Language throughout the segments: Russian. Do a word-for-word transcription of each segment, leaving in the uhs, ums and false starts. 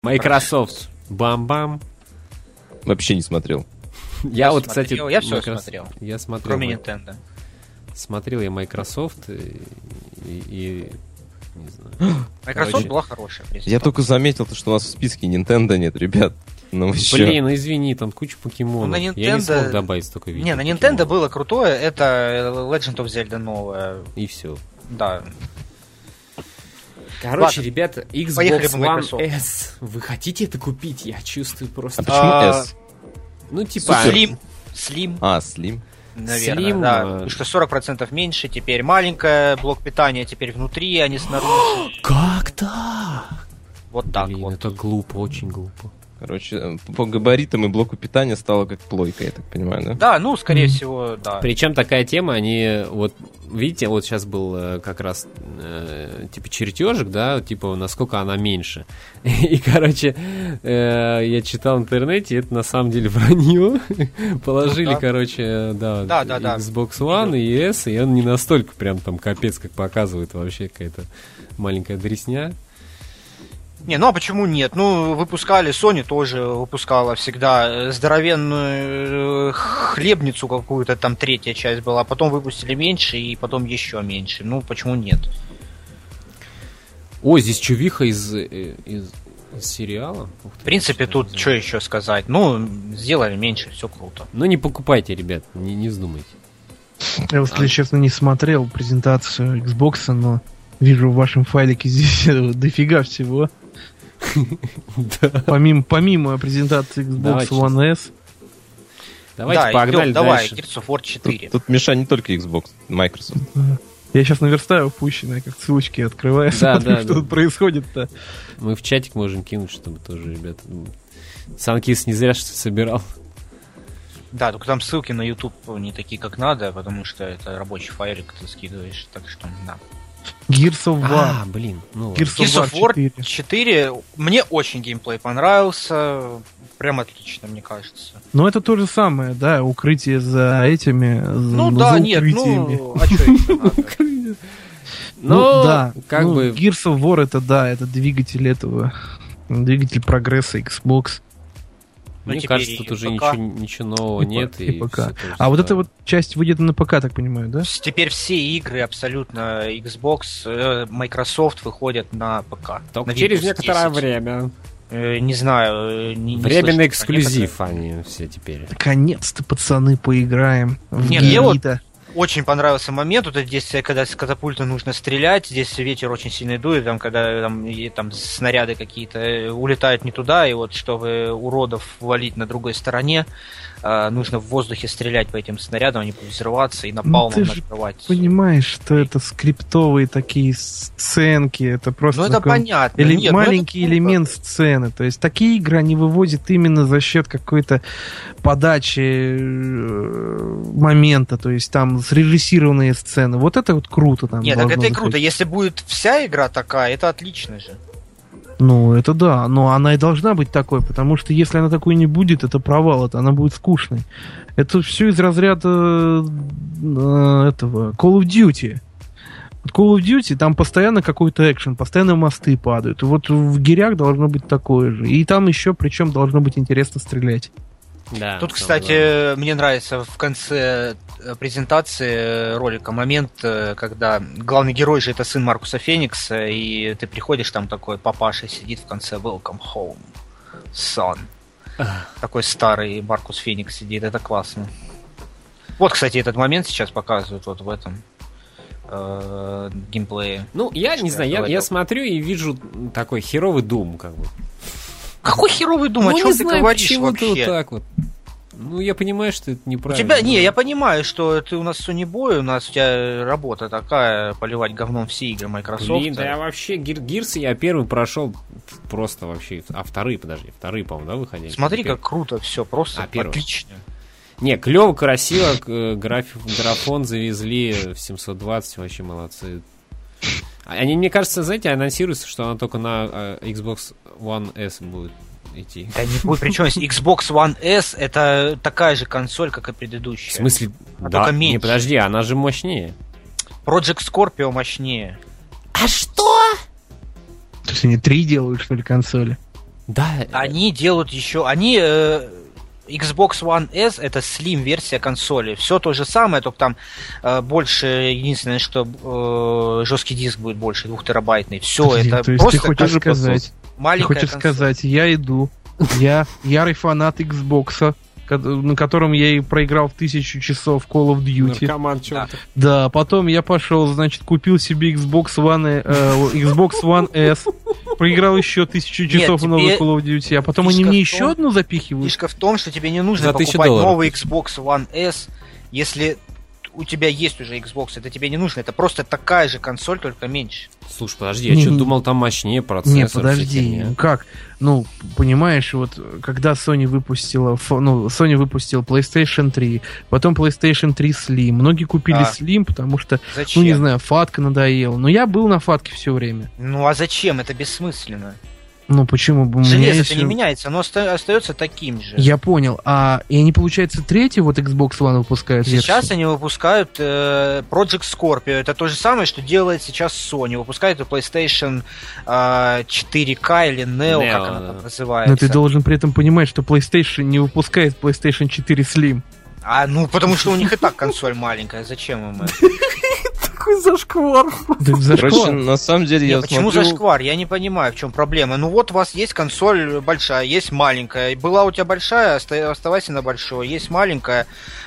Microsoft. Бам-бам. Вообще не смотрел. Я, я вот, смотрел, кстати... Я все Microsoft... смотрел. Я смотрел. Кроме Nintendo. Смотрел я Microsoft и... и, и... Не знаю. Microsoft Короче, была хорошая. Я только заметил, что у вас в списке Nintendo нет, ребят. Ну, Блин, ну извини, там куча покемонов. Ну, Nintendo... Я не смог добавить столько видео. Не, на Nintendo покемонов. Было крутое, это Legend of Zelda новая. И все. Да. Короче, Ладно. ребята, Xbox One S. Вы хотите это купить? Я чувствую просто... А почему а... S? Ну, типа... Slim. Slim. А, Slim. Наверное, Slim, да. Потому что сорок процентов меньше, теперь маленькая, блок питания теперь внутри, а не снаружи. Как так? Вот так Блин, вот. это глупо, очень глупо. Короче, по габаритам и блоку питания стало как плойка, я так понимаю, да? Да, ну, скорее mm-hmm. всего, да. Причем такая тема, они, вот, видите, вот сейчас был как раз, э, типа, чертежик, да, типа, насколько она меньше. И, короче, э, я читал в интернете, это на самом деле вранье. Положили, ну, да. короче, да, да, да, да. Xbox One и S, и он не настолько прям там капец, как показывает вообще какая-то маленькая дресня. Не, ну а почему нет? Ну, выпускали, Sony тоже выпускала всегда здоровенную хлебницу какую-то, там третья часть была, потом выпустили меньше и потом еще меньше. Ну, почему нет? О, здесь чувиха из, из, из сериала. Ух ты, в принципе, тут что еще сказать? Ну, сделали меньше, все круто. Ну, не покупайте, ребят, не, не вздумайте. Я, если а. честно, не смотрел презентацию Xbox, но вижу в вашем файлике здесь дофига всего. Помимо, помимо презентации Xbox Давайте. One S. Давайте да, погнали давай, дальше. Gears of War четыре. Тут, тут Миша не только Xbox, Microsoft. Я сейчас наверстаю впущенное, как ссылочки открываю, да, смотрю, да, что да. тут происходит-то. Мы в чатик можем кинуть, чтобы тоже, ребята... Санкис не зря что собирал. Да, только там ссылки на YouTube не такие, как надо, потому что это рабочий файлик, ты скидываешь, так что, да. Gears of War. А, блин. Ну, Gears, Gears of War четыре. четыре. Мне очень геймплей понравился. Прям отлично, мне кажется. Ну, это то же самое, да, укрытие за этими... Ну, за, да, за нет, ну, а что еще надо? Ну, да, как бы... Gears of War, это, да, это двигатель этого... Двигатель прогресса Xbox. Мне ну, кажется, тут уже ничего, ничего нового и нет. И ПК. А вот эта вот часть выйдет на ПК, так понимаю, да? Теперь все игры абсолютно Xbox, Microsoft выходят на ПК. Только на через некоторое время. Э, не знаю. Не, не Временный эксклюзив они все теперь. Наконец-то, пацаны, поиграем в Нет, мне вот очень понравился момент, вот здесь, когда с катапульта нужно стрелять, здесь ветер очень сильно дует, там, когда там, и, там снаряды какие-то улетают не туда, и вот чтобы уродов валить на другой стороне, э, нужно в воздухе стрелять по этим снарядам, они будут взрываться и напалмом ну, накрывать. Ты понимаешь, что это скриптовые такие сценки, это просто ну, это понятно. Или Нет, маленький это элемент сцены, то есть такие игры они выводят именно за счет какой-то подачи момента, то есть там срежиссированные сцены. Вот это вот круто там. Нет, так это и круто. Если будет вся игра такая, это отлично же. Ну, это да, но она и должна быть такой, потому что если она такой не будет, это провал, это она будет скучной. Это все из разряда э, этого Call of Duty. Call of Duty, там постоянно какой-то экшен, постоянно мосты падают. И вот в гирях должно быть такое же. И там еще, причем, должно быть интересно стрелять. Да, тут, кстати, да. Мне нравится в конце презентации ролика момент, когда главный герой же это сын Маркуса Феникса, и ты приходишь, там такой папаша сидит в конце Welcome home, son. Такой старый Маркус Феникс сидит, это классно. Вот, кстати, этот момент сейчас показывают вот в этом э, геймплее. Ну, я не знаю, я, я смотрю и вижу такой херовый Doom, как бы. Какой херовый Doom? Ну, о чем ты знаю, говоришь вообще? Вот так вот. Ну, я понимаю, что это неправильно. У тебя, не, я понимаю, что ты у нас Sony Boy, у нас у тебя работа такая, поливать говном все игры Microsoft. Блин, да я вообще, Gears я первый прошел просто вообще, а вторые, подожди, вторые, по-моему, да, выходили? Смотри, как круто все, просто а, отлично. Не, клево, красиво, граф, графон завезли в семьсот двадцать, вообще молодцы. Они, мне кажется, знаете, анонсируется, что она только на Xbox One S будет идти. Да не будет, причем Xbox One S это такая же консоль, как и предыдущая. В смысле? А да, только меньше. Не, подожди, она же мощнее. Project Scorpio мощнее. А что? То есть они три делают, что ли, консоли? Да. Они делают еще... Они... Э, Xbox One S это Slim-версия консоли. Все то же самое, только там э, больше, единственное, что э, жесткий диск будет больше, двухтерабайтный. Все, Подожди, это то есть просто ты хочешь сказать, маленькая ты хочешь консоль. сказать, я иду, я ярый фанат Xbox, на котором я и проиграл в тысячу часов Call of Duty. Наркоман чё-то. Да, потом я пошел, значит, купил себе Xbox One, э, Xbox One S, проиграл еще тысячу часов в тебе новый Call of Duty, а потом они фишка мне в том- еще одну запихивают. Фишка в том, что тебе не нужно За тысячу покупать долларов. новый Xbox One S, если у тебя есть уже Xbox, это тебе не нужно. Это просто такая же консоль, только меньше. Слушай, подожди, я Не, что-то не. думал, там мощнее процессор. Не, вся подожди, херня. ну как? Ну, понимаешь, вот когда Sony выпустила, фо- ну, Sony выпустил PlayStation три, потом PlayStation три Slim. Многие купили А. Slim, потому что, Зачем? ну не знаю, фатка надоела. Но я был на фатке все время. Ну а зачем? Это бессмысленно. Ну почему бы у меня Железо-то есть- не меняется, оно оста- остается таким же. Я понял. А и они, получается, третий вот Xbox One выпускают Сейчас версию? они выпускают э, Project Scorpio. Это то же самое, что делает сейчас Sony. Выпускают эту PlayStation э, четыре ка или Neo, Neo, как она да. там называется. Но ты должен при этом понимать, что PlayStation не выпускает PlayStation четыре Slim. А, ну, потому что у них и так консоль маленькая. Зачем им это? Какой зашквар. Да зашквар. Короче, на самом деле, Не, я почему смотрю... зашквар? Я не понимаю, в чем проблема. Ну вот у вас есть консоль большая, есть маленькая. Была у тебя большая, оста- оставайся на большой. Есть маленькая,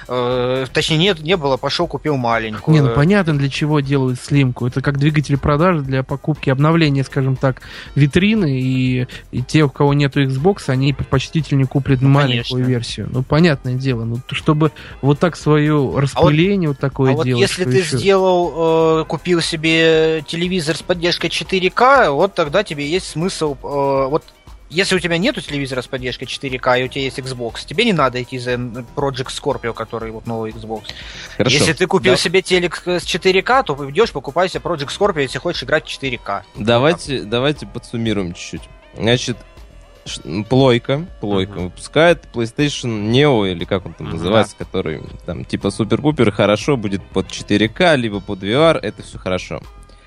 э, точнее нет, не было, пошел купил маленькую. Не, ну понятно, для чего делают слимку. Это как двигатель продажи для покупки, обновления, скажем так, витрины. И, и те, у кого нету Xbox, они предпочтительнее купят Ну, маленькую конечно. версию. Ну, понятное дело. Ну, т- чтобы вот так свое распыление вот, такое А вот делать. если что ты еще? сделал, э, купил себе телевизор с поддержкой четыре ка, вот тогда тебе есть смысл, э, вот если у тебя нету телевизора с поддержкой четыре ка и у тебя есть Xbox, тебе не надо идти за Project Scorpio, который вот новый Xbox. Хорошо. Если ты купил Да. себе телек с четыре ка, то идешь, покупай себе Project Scorpio, если хочешь играть в четыре ка. Давайте, давайте подсуммируем чуть-чуть. Значит, ш- плойка, плойка Мгм. выпускает PlayStation Neo, или как он там Мгм. называется, который там типа супер-пупер хорошо будет под четыре ка, либо под ви ар, это все хорошо.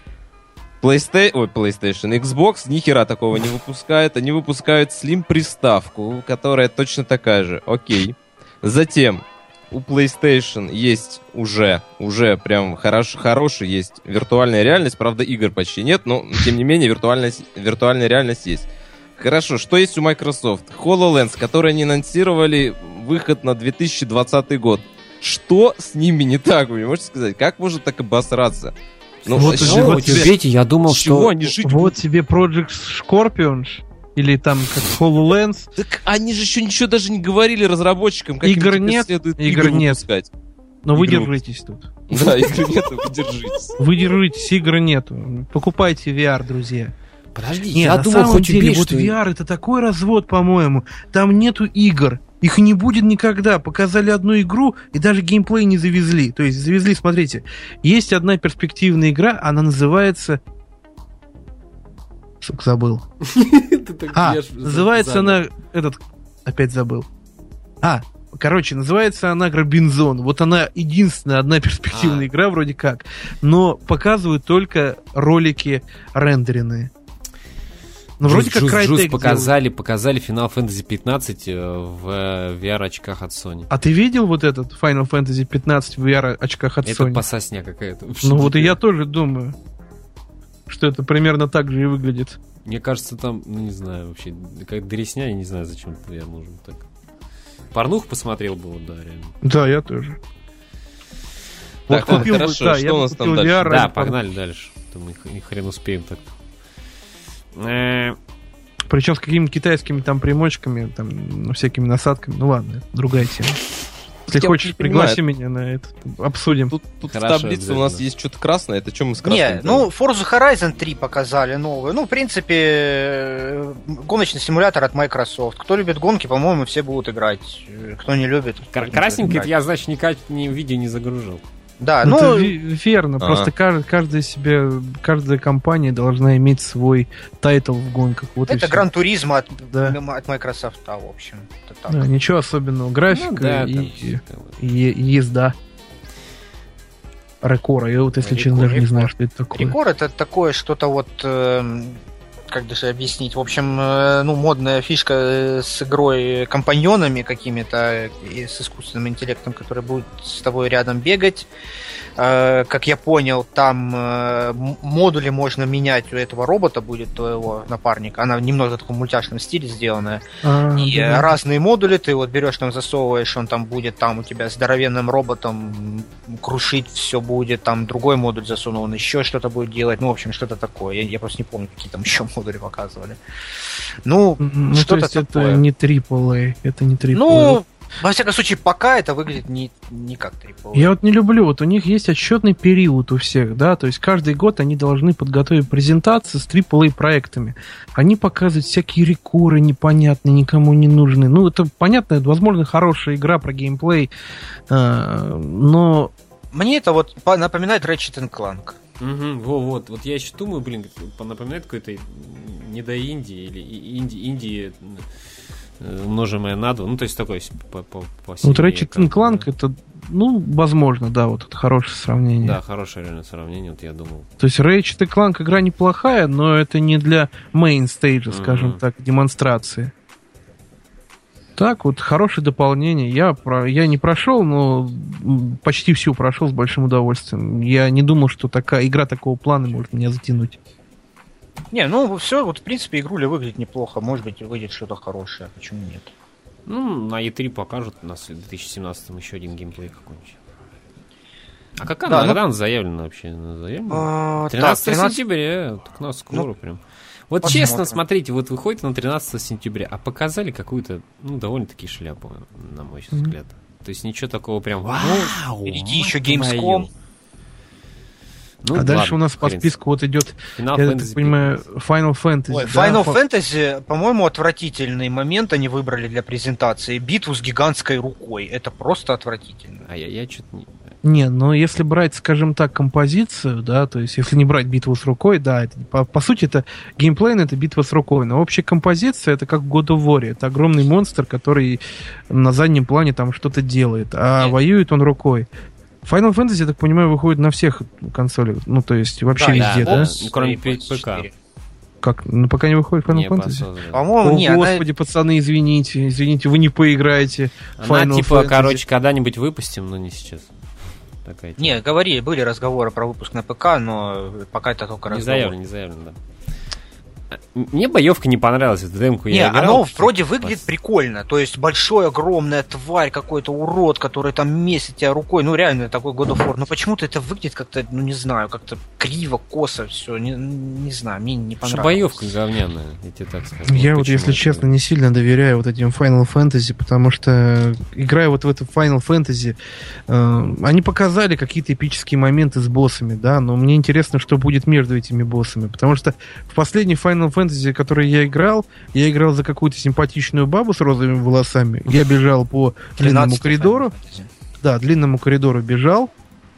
PlayStation, ой, PlayStation, Xbox ни хера такого не выпускает. Они выпускают Slim приставку, которая точно такая же. Окей. Затем у PlayStation есть уже, уже прям хорош, хороший есть виртуальная реальность. Правда, игр почти нет, но тем не менее виртуальность, виртуальная реальность есть. Хорошо, что есть у Microsoft? HoloLens, который они анонсировали выход на две тысячи двадцатый год. Что с ними не так, вы можете сказать? Как можно так обосраться? Ну, Вот с же, чего вот тебе- Петя, я думал, с чего что... они жить Вот тебе Project Scorpion или там как HoloLens. Так они же еще ничего даже не говорили разработчикам, как им Игр теперь нет, следует игр игры нет. выпускать. Но вы Игру. держитесь тут. Да, игр нет, вы держитесь. Вы держитесь, игр нету. Покупайте ви ар, друзья. Подожди, Не, я на думал, самом хоть деле, убей, вот что... ви ар это такой развод, по-моему. Там нету игр. Их не будет никогда. Показали одну игру и даже геймплей не завезли. То есть завезли, смотрите, есть одна перспективная игра, она называется... Сука, забыл. А, называется она... Этот... Опять забыл. А, короче, называется она Грабинзон. Вот она единственная, одна перспективная А. игра вроде как. Но показывают только ролики рендеренные. Ну, вроде как Crytek делает. показали, показали Final Fantasy пятнадцать э, в э, ви ар-очках от Sony. А ты видел вот этот Final Fantasy пятнадцать в ви ар-очках от Это Sony? пососня какая-то. Ну вот и я тоже думаю, что это примерно так же и выглядит. Мне кажется, там, ну не знаю, вообще, как дресня, я не знаю, зачем ви ар нужен так. Порнух посмотрел бы, вот, да, реально. Да, я тоже. Так, Вот ладно, купил бы, хорошо, да, что я у бы нас там купил дальше? ви ар Да, ради погнали дальше. То мы ни хрен успеем так. Э, Причем с какими-то китайскими там примочками, там, ну, всякими насадками. Ну ладно, это другая тема. Если Я хочешь, вот не понимаю. пригласи меня на это. Обсудим. Тут, тут в Хорошо, таблице у нас обязательно. есть что-то красное. Это что мы с красным Не, делаем? ну, Forza Horizon три показали новую. Ну, в принципе, э, гоночный симулятор от Microsoft. Кто любит гонки, по-моему, все будут играть. Э, Кто не любит... кра- не Красненький, будет это я, значит, никак ни видео не загружал. Да, Ну, ну, это ви- верно. Ага. Просто кажд- каждая себе, каждая компания должна иметь свой тайтл в гонках. Вот и это всё. Гран Туризма от, Да. от Microsoft, в общем. Это так. Да, ничего особенного. Графика Ну да, и, там и- всё такое. и езда. Рекора. Я вот, если Рекор- честно, даже не рекор. знаю, что это такое. Рекорд это такое что-то вот... эм, как даже объяснить. В общем, э, ну, модная фишка с игрой компаньонами какими-то и с искусственным интеллектом, который будет с тобой рядом бегать. Э, как я понял, там э, модули можно менять у этого робота, будет твоего напарника. Она немного в таком мультяшном стиле сделанная. А, и да. разные модули ты вот берешь, там засовываешь, он там будет там у тебя здоровенным роботом крушить все будет, там другой модуль засунул, он еще что-то будет делать. Ну, в общем, что-то такое. Я, я просто не помню, какие там еще модули показывали. Ну, ну что-то то есть такое. Это не трипл эй, это не трипл эй. Ну, во всяком случае, пока это выглядит не, не как трипл эй. Я вот не люблю, вот у них есть отчетный период у всех, да, то есть каждый год они должны подготовить презентации с трипл эй проектами. Они показывают всякие рекоры непонятные, никому не нужны. Ну, это понятно, это, возможно, хорошая игра про геймплей, но... Мне это вот напоминает Ratchet энд Clank. Угу, во, вот, вот я еще думаю, блин, напоминает какой-то не до Индии или инди, Индии умноженное на два, ну то есть такой по, по, по вот Ratchet энд Clank да. Это, ну, возможно, да, вот это хорошее сравнение. Да, хорошее реально сравнение, вот я думал. То есть Ratchet энд Clank игра неплохая, но это не для мейн-стейджа, mm-hmm. скажем так, демонстрации. Так, вот хорошее дополнение. Я, про, я не прошел, но почти всю прошел с большим удовольствием. Я не думал, что такая игра такого плана может меня затянуть. Не, ну все, вот в принципе игруля выглядит неплохо. Может быть, выйдет что-то хорошее. Почему нет? Ну, на и три покажут у нас в две тысячи семнадцатом еще один геймплей какой-нибудь. А какая да, она, ну... заявлена вообще? Заявлена? тринадцатого сентября, так на скоро ну... прям. Вот посмотрим. Честно, смотрите, вот выходит на тринадцатого сентября, а показали какую-то, ну, довольно-таки шляпу, на мой mm-hmm. взгляд. То есть ничего такого прям вау! Впереди еще Gamescom. Ну, а ладно, дальше у нас по списку вот идет, Final я так понимаю, Final Fantasy. Ой, да? Final Fantasy, по-моему, отвратительный момент они выбрали для презентации. Битву с гигантской рукой. Это просто отвратительно. А я, я что-то не... Не, но если брать, скажем так, композицию, да, то есть если не брать битву с рукой, да, это, по, по сути это геймплейно, это битва с рукой, но общая композиция это как в God of War, это огромный монстр, который на заднем плане там что-то делает, а Нет. воюет он рукой. Final Fantasy, я так понимаю, выходит на всех консолях, ну то есть вообще да, везде, да? да? Кроме ПК. Как? Ну, пока не выходит Final не, Fantasy? По-моему, О, не, господи, она... пацаны, извините, извините, вы не поиграете в Она, Final типа, Fantasy. короче, когда-нибудь выпустим, но не сейчас. Такая тема. Не, говорили, были разговоры про выпуск на ПК, но пока это только разговор. Не заявлено, не заявлено, да. Мне боевка не понравилась, эту демку не, я играл. Оно вроде выглядит прикольно. То есть большой, огромная тварь, какой-то урод, который там месит тебя рукой. Ну реально такой God of War. Но почему-то это выглядит как-то, ну не знаю, как-то криво, косо, все. Не, не знаю, мне не понравилось. Боевка говняная, я тебе так скажу. Я вот, если честно, не сильно доверяю вот этим Final Fantasy, потому что, играя вот в эту Final Fantasy, э, они показали какие-то эпические моменты с боссами, да, но мне интересно, что будет между этими боссами, потому что в последней Final Final Fantasy, который я играл, я играл за какую-то симпатичную бабу с розовыми волосами. Я бежал по длинному коридору. Да, длинному коридору бежал.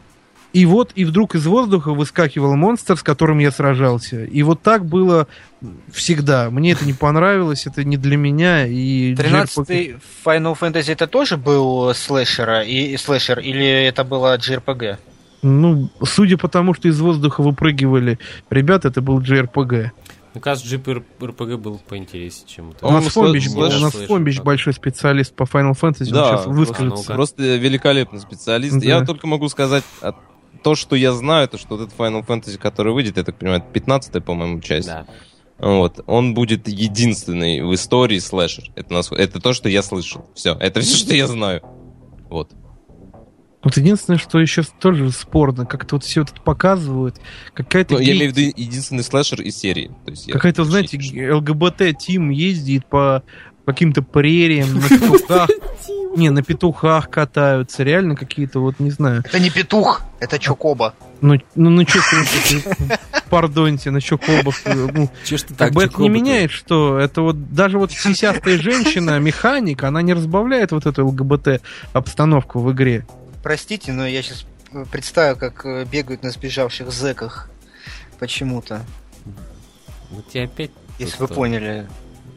И вот, и вдруг из воздуха выскакивал монстр, с которым я сражался. И вот так было всегда. Мне это не понравилось, это не для меня. И тринадцатый Final Fantasy это тоже был слэшера, и, и слэшер, или это было джей ар пи джи? Ну, судя по тому, что из воздуха выпрыгивали ребята, это был джей ар пи джи. Мне кажется, джей ар пи джи был поинтереснее, чем это. У нас Фомбич, у нас Фомбич большой специалист по Final Fantasy, да, он сейчас выскажется. Просто великолепный специалист. Да. Я только могу сказать, то, что я знаю, то, что вот этот Final Fantasy, который выйдет, я так понимаю, пятнадцатая, по-моему, часть. Да. Вот. Он будет единственный в истории слэшер. Это, нас... это то, что я слышал. Все. Это все, что я знаю. Вот. Вот единственное, что еще тоже спорно, как-то вот все это показывают, какая-то... Ну, я имею в виду единственный слэшер из серии. То есть какая-то, знаете, ЛГБТ-тим ездит по каким-то прериям, на петухах. Не, на петухах катаются, реально какие-то, вот, не знаю. Это не петух, это Чокоба. Ну, ну, ну что, пардоньте, на Чокобах. Ну, как бы это не меняет, что это вот, даже вот сисястая женщина, механик, она не разбавляет вот эту ЛГБТ-обстановку в игре. Простите, но я сейчас представил, как бегают на сбежавших зэках почему-то. Ну, тебе опять... Если вы поняли.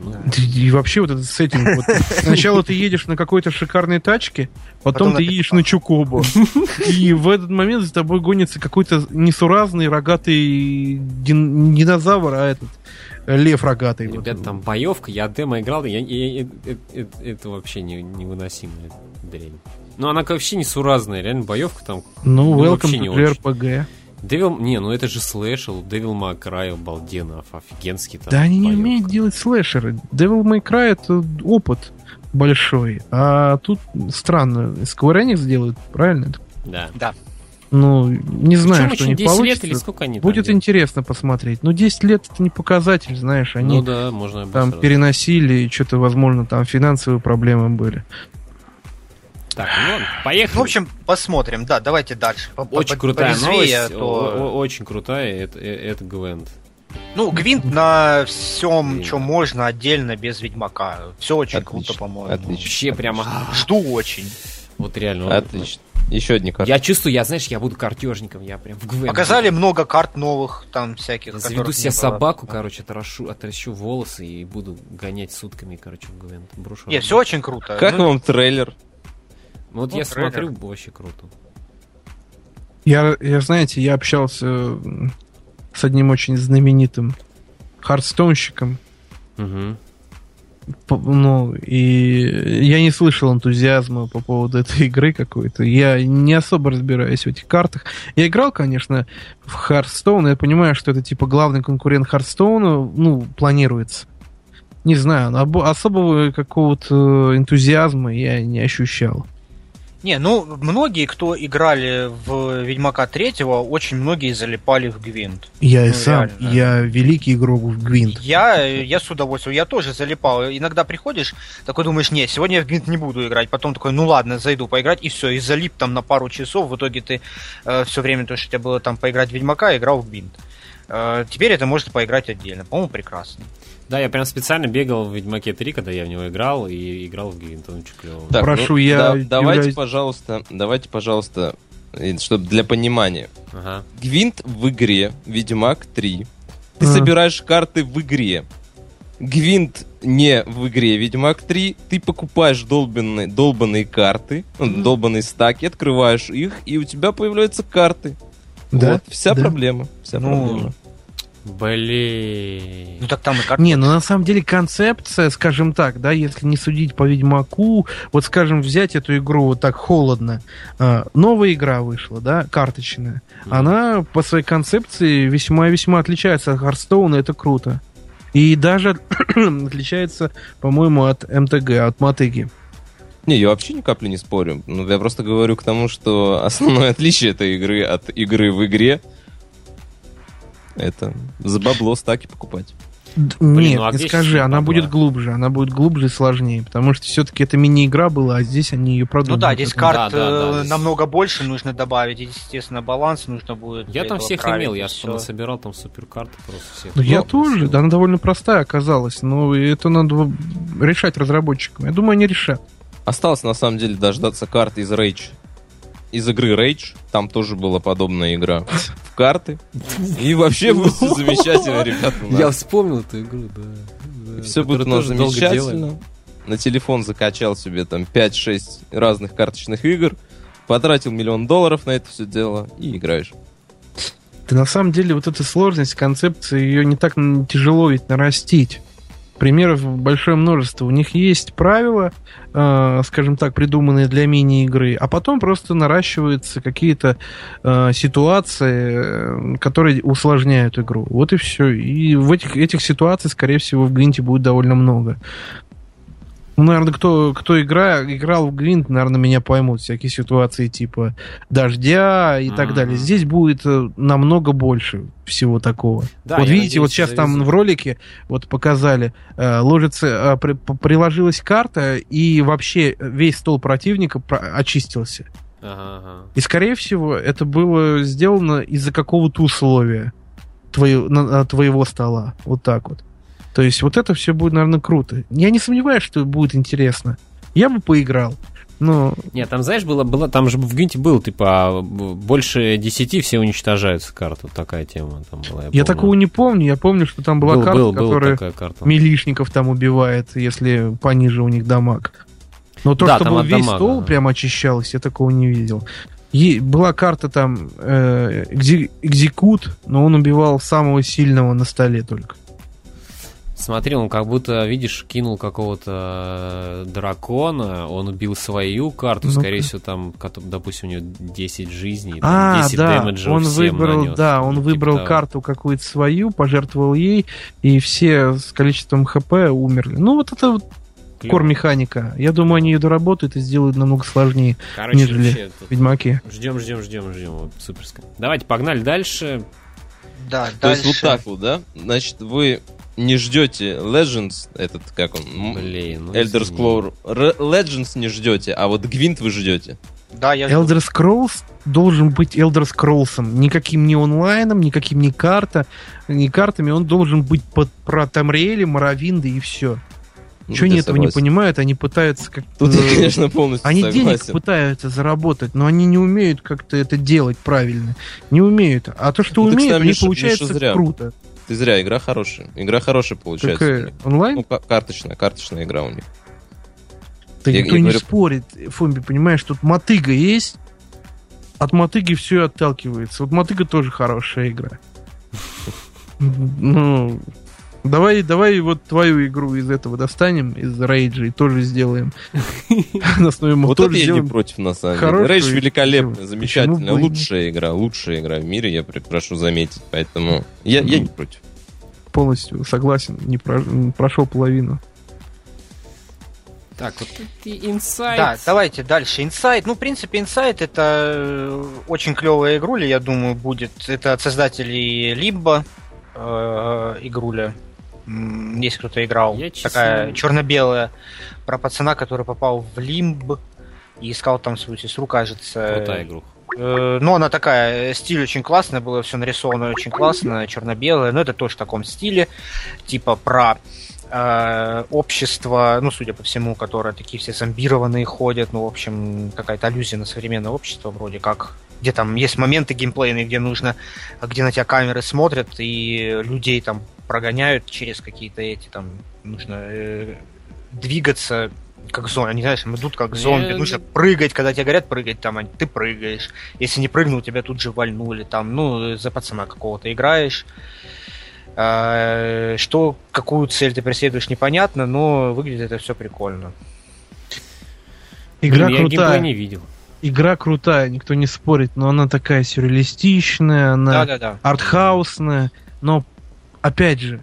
И вообще вот этот сеттинг. Вот, сначала ты едешь на какой-то шикарной тачке, потом, потом ты едешь на Чукобо. И в этот момент за тобой гонится какой-то несуразный рогатый дин- динозавр, а этот лев рогатый. Ребят, вот. Там боевка, я демо играл, я, я, я, это, это вообще не, невыносимая дрянь. Ну, она вообще несуразная, реально боевка там. Ну, ну welcome to эр пи джи. Devil, не, ну это же слэшер, Devil May Cry обалденно, офигенский там. Да они не боевка. умеют делать слэшеры. Devil May Cry это опыт большой, а тут странно. Square Enix делают, правильно? Да. Да. Ну, не знаю, причем что не десять получится. Лет или сколько они Будет там интересно посмотреть. Но десять лет это не показатель, знаешь. Они ну да, можно там сразу. переносили, что-то, возможно, там финансовые проблемы были. Так, ну ладно, поехали. Ну, в общем, посмотрим. Да, давайте дальше. Очень крутая новость. То... Очень крутая, это, это Гвент. Ну, Гвинт на всем, что можно, отдельно, без Ведьмака. Все очень отлично, круто, по-моему. Отлично. Вообще прямо... Жду очень. Вот реально. Отлично. Еще одни карты. Я чувствую, я, знаешь, я буду картежником, я прям в Гвент. Показали много карт новых, там всяких. Заведу себе собаку, короче, отращу, отращу волосы и буду гонять сутками, короче, в Гвент. Брошу. Не, все очень круто. Как ну, вам трейлер? Вот ну, я трейлер. смотрю, вообще круто. Я, я, знаете, я общался с одним очень знаменитым хардстоунщиком. Угу. Ну, и я не слышал энтузиазма по поводу этой игры какой-то. Я не особо разбираюсь в этих картах. Я играл, конечно, в Hearthstone, я понимаю, что это типа главный конкурент Hearthstone, ну, планируется. Не знаю, особого какого-то энтузиазма я не ощущал. Не, ну, многие, кто играли в Ведьмака третьего, очень многие залипали в Гвинт. Я ну, и сам, реально. я великий игрок в Гвинт. Я, я с удовольствием, я тоже залипал. Иногда приходишь, такой думаешь, не, сегодня я в Гвинт не буду играть. Потом такой, ну ладно, зайду поиграть, и все, и залип там на пару часов. В итоге ты э, все время, то, что у тебя было там поиграть в Ведьмака, играл в Гвинт. Э, теперь это можно поиграть отдельно. По-моему, прекрасно. Да, я прям специально бегал в Ведьмаке три, когда я в него играл, и играл в Гвинт, он очень клёвый. Так, Прошу, ну, я да, давайте, являюсь... пожалуйста, давайте, пожалуйста, чтобы для понимания. Ага. Гвинт в игре Ведьмак три. Ты А. собираешь карты в игре. Гвинт не в игре Ведьмак три. Ты покупаешь долбанные, долбанные карты, ну, долбанные стаки, открываешь их, и у тебя появляются карты. Да? Вот, вся Да. проблема. Вся Ну, проблема. Блин. Ну так там и карты. Не, ну на самом деле концепция, скажем так, да, если не судить по Ведьмаку, вот скажем, взять эту игру вот так холодно. А, новая игра вышла, да, карточная. Mm. Она по своей концепции весьма-весьма отличается от Hearthstone, это круто. И даже отличается, по-моему, от эм тэ гэ, от мотыги. Не, я вообще ни капли не спорю. Ну, я просто говорю к тому, что основное отличие этой игры от игры в игре — это за бабло стаки покупать. Д- Блин, Нет, ну а не где скажи, сейчас она бабла? будет глубже, она будет глубже и сложнее, потому что все-таки это мини-игра была, а здесь они ее Ну продумали. да, здесь Да, карт да, да, э, здесь- намного больше нужно добавить, и, естественно, баланс нужно будет. Я для там этого всех править, имел, и я всё. собирал там суперкарты просто всех. Ну, я Ну, тоже, да, она довольно простая оказалась, но это надо в- решать разработчикам. Я думаю, они решат. Осталось, на самом деле, дождаться карты из Rage. Из игры Rage. Там тоже была подобная игра в карты. И вообще будет все замечательно, ребята. у нас. Я вспомнил эту игру, да. да. Все будет у Которую нас тоже долго делали. замечательно. На телефон закачал себе там пять-шесть разных карточных игр. Потратил миллион долларов на это все дело. И играешь. Да на самом деле вот эта сложность концепции, ее не так м, тяжело ведь нарастить. Примеров большое множество. У них есть правила, э, скажем так, придуманные для мини-игры, а потом просто наращиваются какие-то э, ситуации, э, которые усложняют игру. Вот и все. И в этих, этих ситуаций, скорее всего, в Гвинте будет довольно много. Ну, наверное, кто, кто игра, играл в Гвинт, наверное, меня поймут. Всякие ситуации типа дождя и так Мгм. далее. Здесь будет э, намного больше всего такого. Да, вот я видите, вот надеюсь, сейчас там завезут. в ролике вот показали, э, ложится, э, при- п- приложилась карта, и вообще весь стол противника про- очистился. Ага, ага. И, скорее всего, это было сделано из-за какого-то условия твоего, на- на твоего стола. Вот так вот. То есть вот это все будет, наверное, круто. Я не сомневаюсь, что будет интересно. Я бы поиграл. Ну, Нет, там, знаешь, было, было, там же в Гвинте было, типа, больше десяти все уничтожаются карты. Вот такая тема там была. Я, я помню. такого не помню. Я помню, что там была Был- карта, был- была которая такая карта. милишников там убивает, если пониже у них дамаг. Но то, Да, что там был от весь дамага. стол прям очищалось, я такого не видел. Е- была карта там э, экзе- экзекут, но он убивал самого сильного на столе только. Смотри, он как будто, видишь, кинул какого-то дракона, он убил свою карту, Ну-ка. скорее всего, там, кото- допустим, у него десять жизней, там, А, десять да, дэмэджа он всем выбрал, нанес. да, он Ну, типа выбрал того. карту какую-то свою, пожертвовал ей, и все с количеством хп умерли. Ну, вот это вот Клево. кор-механика. Я думаю, они ее доработают и сделают намного сложнее, Короче, нежели вообще, тут в Ведьмаке. ждем, ждем, ждем, ждем. Вот, суперско. Давайте, погнали дальше. Да, То дальше. есть вот так вот, да? Значит, вы не ждете Legends, этот, как он? М, Блин, ну, Elder извини. Scrolls Re- Legends не ждете, а вот Гвинт вы ждете. Да, я жду. Elder Scrolls должен быть Elder Scrolls. Никаким не онлайном, никаким не карта, не картами. Он должен быть под, про Тамриэли, Моровинды и все. Ну, Что они я этого не согласен. понимают? Они пытаются как-то... Тут я, конечно, полностью Они денег согласен. пытаются заработать, но они не умеют как-то это делать правильно. Не умеют. А то, что Ну, так, умеют, кстати, у них Миша- получается Миша зря. круто. Ты зря, игра хорошая. Игра хорошая получается. у Какая? них. Онлайн? Ну, ка- карточная, карточная игра у них. Да я- никто я не говорю- спорит, Фомби, понимаешь, тут мотыга есть, от мотыги все отталкивается. Вот мотыга тоже хорошая игра. Ну, давай, давай вот твою игру из этого достанем, из Рейджа, и тоже сделаем. На основе Вот тоже это я не сделаем. против, на самом деле. хорошую Рейдж игру. великолепная, Почему замечательная, бы и нет? лучшая игра, лучшая игра в мире, я при- прошу заметить. Поэтому я, я не против. Полностью согласен, не про- прошел половину. Так, вот эти инсайт. Да, давайте дальше. Inside. Ну, в принципе, Inside это э, очень клевая игруля, я думаю, будет. Это от создателей Limbo э, игруля. М, Есть кто-то играл. Я, честно, Такая черно-белая. Про пацана, который попал в Лимб и искал там свою сестру, кажется. Крутая игруха. Э, Ну, она такая, стиль очень классный, было все нарисовано очень классно, черно-белое, но это тоже в таком стиле, типа про э, общество, ну, судя по всему, которое такие все зомбированные ходят, ну, в общем, какая-то аллюзия на современное общество вроде как, где там есть моменты геймплейные, где нужно, где на тебя камеры смотрят и людей там прогоняют через какие-то эти там, нужно э, двигаться как зомби, они, знаешь, идут как зомби, Я- нужно прыгать, когда тебе говорят прыгать, там, а ты прыгаешь. Если не прыгнул, тебя тут же вальнули, там, ну, за пацана какого-то играешь. А, Что, какую цель ты преследуешь, непонятно, но выглядит это все прикольно. Игра Блин, я геймплей крутая. не видел. Игра крутая, никто не спорит, но она такая сюрреалистичная, она Да-да-да. артхаусная, но, опять же,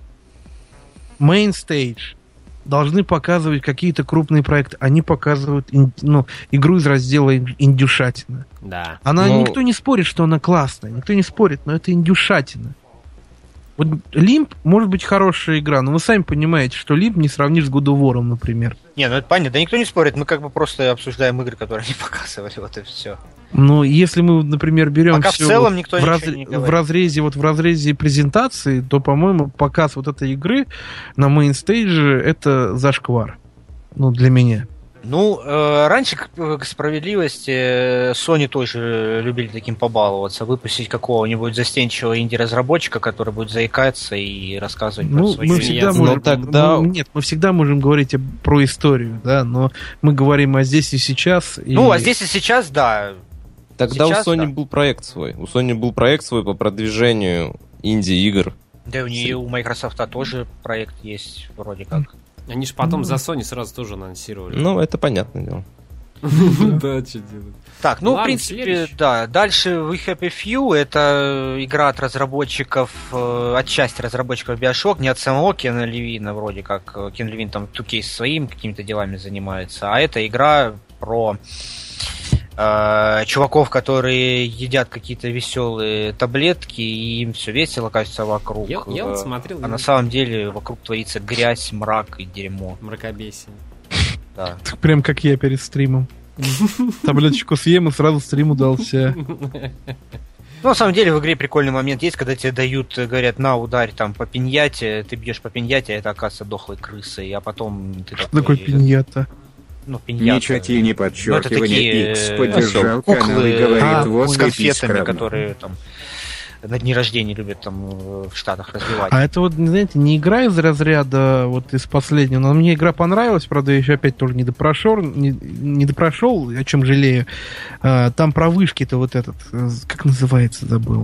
мейнстейдж должны показывать какие-то крупные проекты. Они показывают ин- ну, игру из раздела ин- индюшатина. Да. Она, Ну- никто не спорит, что она классная, никто не спорит, но это индюшатина. Вот Лимб может быть хорошая игра, но вы сами понимаете, что Лимб не сравнишь с God of War, например. Не, ну это понятно, да никто не спорит, мы как бы просто обсуждаем игры, которые они показывали, вот и все. Но если мы, например, берем Пока в всё целом вот никто в, ничего раз- не говорит. в разрезе вот в разрезе презентации, то, по-моему, показ вот этой игры на мейнстейдже это зашквар. Ну, для меня. Ну, э, раньше, к, к справедливости, э, Sony тоже любили таким побаловаться, выпустить какого-нибудь застенчивого инди-разработчика, который будет заикаться и рассказывать Ну, про свою мы игру. всегда Но можем, тогда- мы- нет, мы всегда можем говорить об- про историю, да, но мы говорим о здесь и сейчас. И... Ну, а здесь и сейчас, да. Тогда Сейчас, у Sony да. был проект свой. У Sony был проект свой по продвижению инди-игр. Да, у нее у Microsoft тоже проект есть, вроде как. Они же потом за Sony сразу тоже анонсировали. Ну, это понятное дело. Да, что делать. Так, ну, Ладно, в принципе, следующий. да. Дальше We Happy Few — это игра от разработчиков, э, отчасти разработчиков Bioshock, не от самого Кена Левина, вроде как. Кен Левин там ту кей своим какими-то делами занимается, а это игра про э, чуваков, которые едят какие-то веселые таблетки, и им все весело, кажется, вокруг. Я, я вот Э, смотрел А на самом деле вокруг творится грязь, мрак и дерьмо. мракобесие. Да. Прям как я перед стримом. Таблеточку съем и сразу стрим удался. Ну, на самом деле, в игре прикольный момент есть, когда тебе дают, говорят, на, ударь там по пиньяте, ты бьешь по пиньяте, а это, оказывается, дохлой крысой, а потом ты Что такое пиньята? Ну, пиньята. Не чати, не подчеркивание, такие, X поддержал куклы, канал и говорит, а, вот с и конфетами, равно. которые там на дни рождения любят там в Штатах развивать. А это вот, знаете, не игра из разряда вот из последнего, но мне игра понравилась, правда, я еще опять тоже не допрошел, не, не допрошел, о чем жалею. А, там про вышки-то вот этот, как называется, забыл.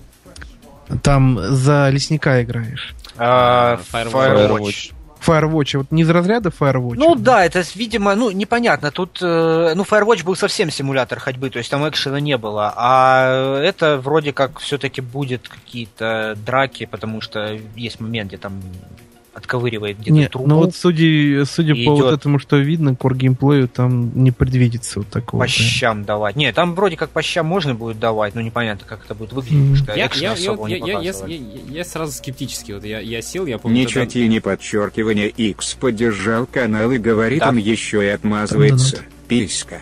Там за лесника играешь. А, Firewatch. Firewatch. Firewatch, вот не из разряда Firewatch. Ну да, это, видимо, ну непонятно. Тут, э, ну, Firewatch был совсем симулятор ходьбы, то есть там экшена не было. А это вроде как все-таки будет какие-то драки, потому что есть момент, где там отковыривает где-то Нет, трубу. ну вот судя, судя по идет. вот этому, что видно, кор геймплею там не предвидится вот такого. По да. щам давать. Нет, там вроде как по щам можно будет давать, но непонятно, как это будет выглядеть, потому что Я, экшена я, я, особо я, не я, я, показывали. я- я сразу скептически. Вот я, я сел, я помню. Не тогда- чати, не подчеркивание, X поддержал канал и говорит, Да. он еще и отмазывается. Писька.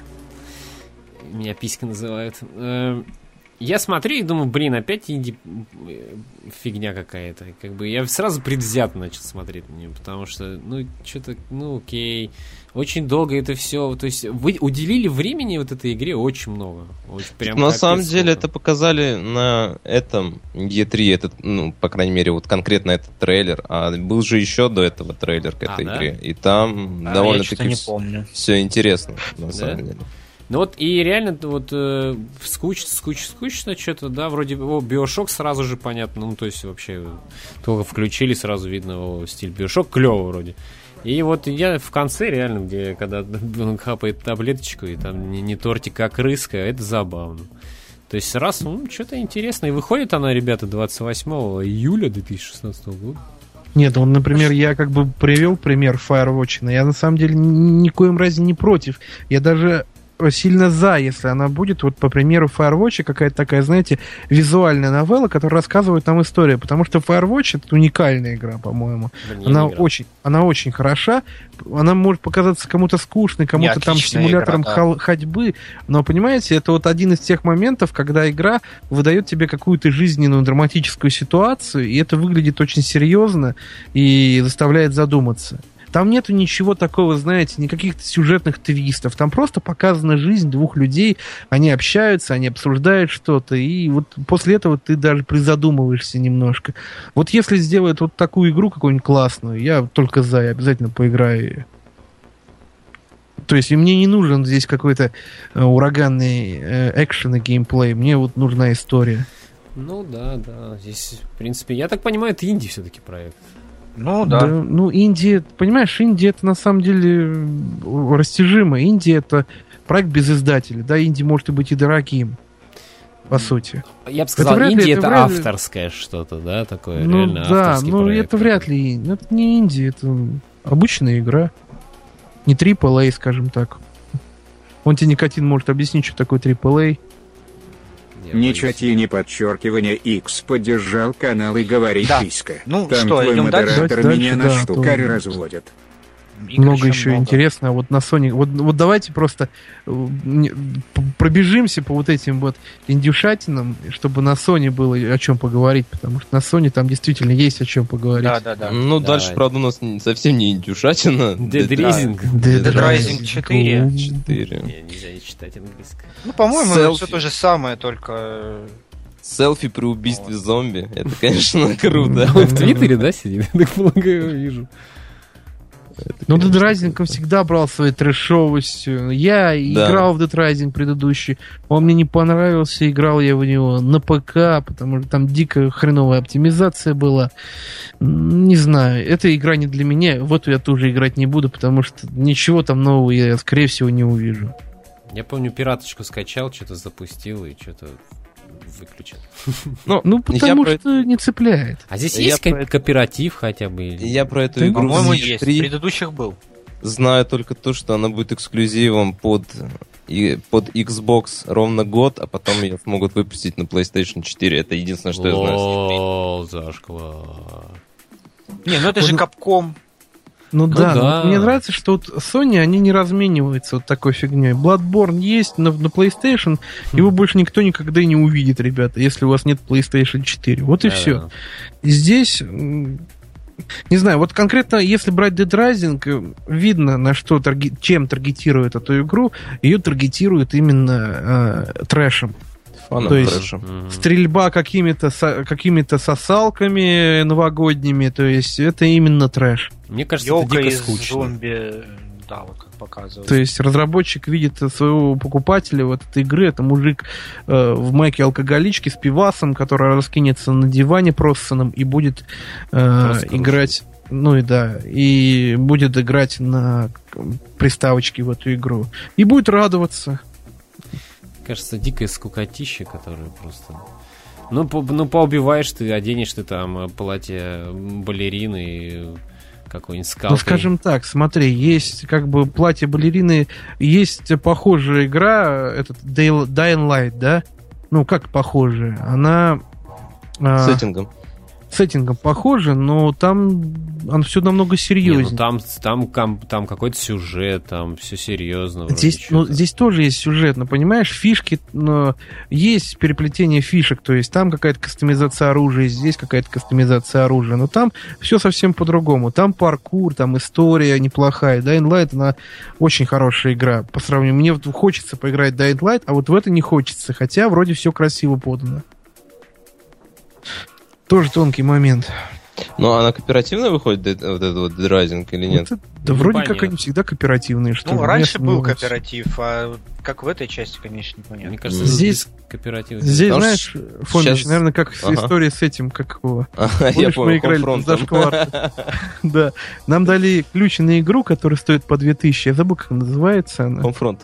Меня писька называют. Э, Я смотрю и думаю, блин, опять инди э, фигня какая-то. Как бы я сразу предвзято начал смотреть на нее, потому что, ну, что-то, ну, окей. Очень долго это все. То есть вы уделили времени вот этой игре очень много. Очень, прям На капец самом деле сколько. это показали на этом и три, этот, ну, по крайней мере, вот конкретно этот трейлер. А был же еще до этого трейлер к А, этой да? игре. И там А, я довольно-таки что-то не вс- помню. все интересно, на Да? самом деле. Ну вот и реально вот э, скучно, скучно, скучно что-то, да, вроде о, Биошок сразу же понятно, ну то есть вообще только включили, сразу видно о, стиль Биошок, клево вроде. И вот я в конце реально, где когда он хапает таблеточку и там не, не тортик, а крыска, это забавно. То есть раз, ну, что-то интересно. И выходит она, ребята, двадцать восьмого июля две тысячи шестнадцатого года. Нет, он, например, я как бы привел пример Firewatch, но я на самом деле ни- никоим разе не против. Я даже сильно за, если она будет, вот по примеру Firewatch, какая-то такая, знаете, визуальная новелла, которая рассказывает нам историю, потому что Firewatch — это уникальная игра, по-моему. Блин, я Она не играл. очень, она очень хороша, она может показаться кому-то скучной, кому-то Не, там отличная симулятором игра, да. хол- ходьбы, но, понимаете, это вот один из тех моментов, когда игра выдает тебе какую-то жизненную драматическую ситуацию, и это выглядит очень серьезно и заставляет задуматься. Там нету ничего такого, знаете, никаких сюжетных твистов. Там просто показана жизнь двух людей. Они общаются, они обсуждают что-то. И вот после этого ты даже призадумываешься немножко. Вот если сделают вот такую игру какую-нибудь классную, я только за, я обязательно поиграю ее. То есть и мне не нужен здесь какой-то э, ураганный э, экшен и геймплей. Мне вот нужна история. Ну да, да. Здесь, в принципе, я так понимаю, это инди все-таки проект. Ну да. Ну, Индия, понимаешь, Индия это на самом деле э, растяжимо. Индия это проект без издателя. Да, Индия может и быть и дорогим, по сути. Я бы сказал, вряд ли, инди это это, вряд ли. авторское что-то, да, такое Ну реально да, авторский ну проект. это вряд ли. Ну, это не Индия, это обычная игра. Не трипл эй, скажем так. Он тебе, Никотин, может объяснить, что такое трипл эй. Я Не боюсь. чати, не подчеркивание, X поддержал канал и говорит, Да. писька. Ну Там что, твой идем дальше? модератор Давайте меня дальше, на да, штукарь то- разводит. Игр Много еще много. интересного. Вот на Sony. Вот, вот давайте просто э, не- п- пробежимся по вот этим вот индюшатинам, чтобы на Sony было о чем поговорить, потому что на Sony там действительно есть о чем поговорить. Да, да, да. Ну, Давай. дальше, правда, у нас не- совсем не индюшатина. Dead Rising. Dead Dead Rising Rising четыре. четыре. Не, нельзя не читать английское. Ну, по-моему, Селфи. все то же самое, только... Селфи при убийстве зомби. Это, конечно, круто. Он в Твиттере, да, сидит? Так полагаю, вижу. Ну, Dead Rising всегда брал своей трэшовостью. Я Да. играл в Dead Rising предыдущий. Он мне не понравился, играл я в него на ПК, потому что там дико хреновая оптимизация была. М, Не знаю, эта игра не для меня. В эту я тоже играть не буду, потому что ничего там нового я, скорее всего, не увижу. Я помню, пираточку скачал, что-то запустил и что-то выключил. Ну, Ну, я потому про что не цепляет. А здесь Я есть про ко- это- кооператив хотя бы? или- Я про эту Ты, игру По-моему, в есть. В три предыдущих был. знаю только то, что она будет эксклюзивом под, и, под Xbox ровно год, а потом ее смогут выпустить на PlayStation четыре. Это единственное, что я знаю. Лол, зашквар. Не, ну это же Он- Капком. Ну, Ну да, да. ну, мне нравится, что вот Sony, они не размениваются вот такой фигней. Bloodborne есть на, на PlayStation, его больше никто никогда и не увидит, ребята, если у вас нет PlayStation четыре. Вот и Да, все. да. И здесь м, Не знаю, вот конкретно, если брать Dead Rising, видно, на что тарги... чем таргетирует эту игру. Ее таргетирует именно э, трэшем. Фаном то есть трэшем. Стрельба какими-то, со... какими-то сосалками новогодними, то есть это именно трэш. Мне кажется, Ёлка это дико из скучно. зомби, да, вот как показывают. То есть разработчик видит своего покупателя вот этой игры, это мужик э, в майке алкоголички с пивасом, который раскинется на диване просаном и будет э, играть, ну и да, и будет играть на приставочке в эту игру. И будет радоваться. Кажется, дикое скукотище, которое просто... Ну, по, ну, поубиваешь ты, оденешь ты там платье балерины, какой-нибудь скалкой. Ну, скажем так, смотри, есть как бы платье балерины, есть похожая игра, этот Dying Light, да? Ну, как похожая? Она... Сеттингом. Сеттингом похоже, но там оно все намного серьезнее. Не, ну там, там, там, там какой-то сюжет, там все серьезно. Здесь, ну, здесь тоже есть сюжет, но понимаешь, фишки, но есть переплетение фишек, то есть там какая-то кастомизация оружия, здесь какая-то кастомизация оружия, но там все совсем по-другому. Там паркур, там история неплохая. Dying Light, она очень хорошая игра по сравнению. Мне вот хочется поиграть в Dying Light, а вот в это не хочется, хотя вроде все красиво подано. Тоже тонкий момент. Ну, она кооперативная выходит, вот этот вот Dead Rising, или нет? Вот это, да, вроде непонятно. Как они всегда кооперативные, что ну, ли. раньше был кооператив, а как в этой части, конечно, непонятно. Мне кажется, здесь кооператив. Здесь, Потому знаешь, Фомич, сейчас... наверное, как ага. история с этим, как его. Ага, помнишь, мы играли в Зашквар. Да. Нам дали ключи на игру, которая стоит по две тысячи. Я забыл, как называется она. Homefront.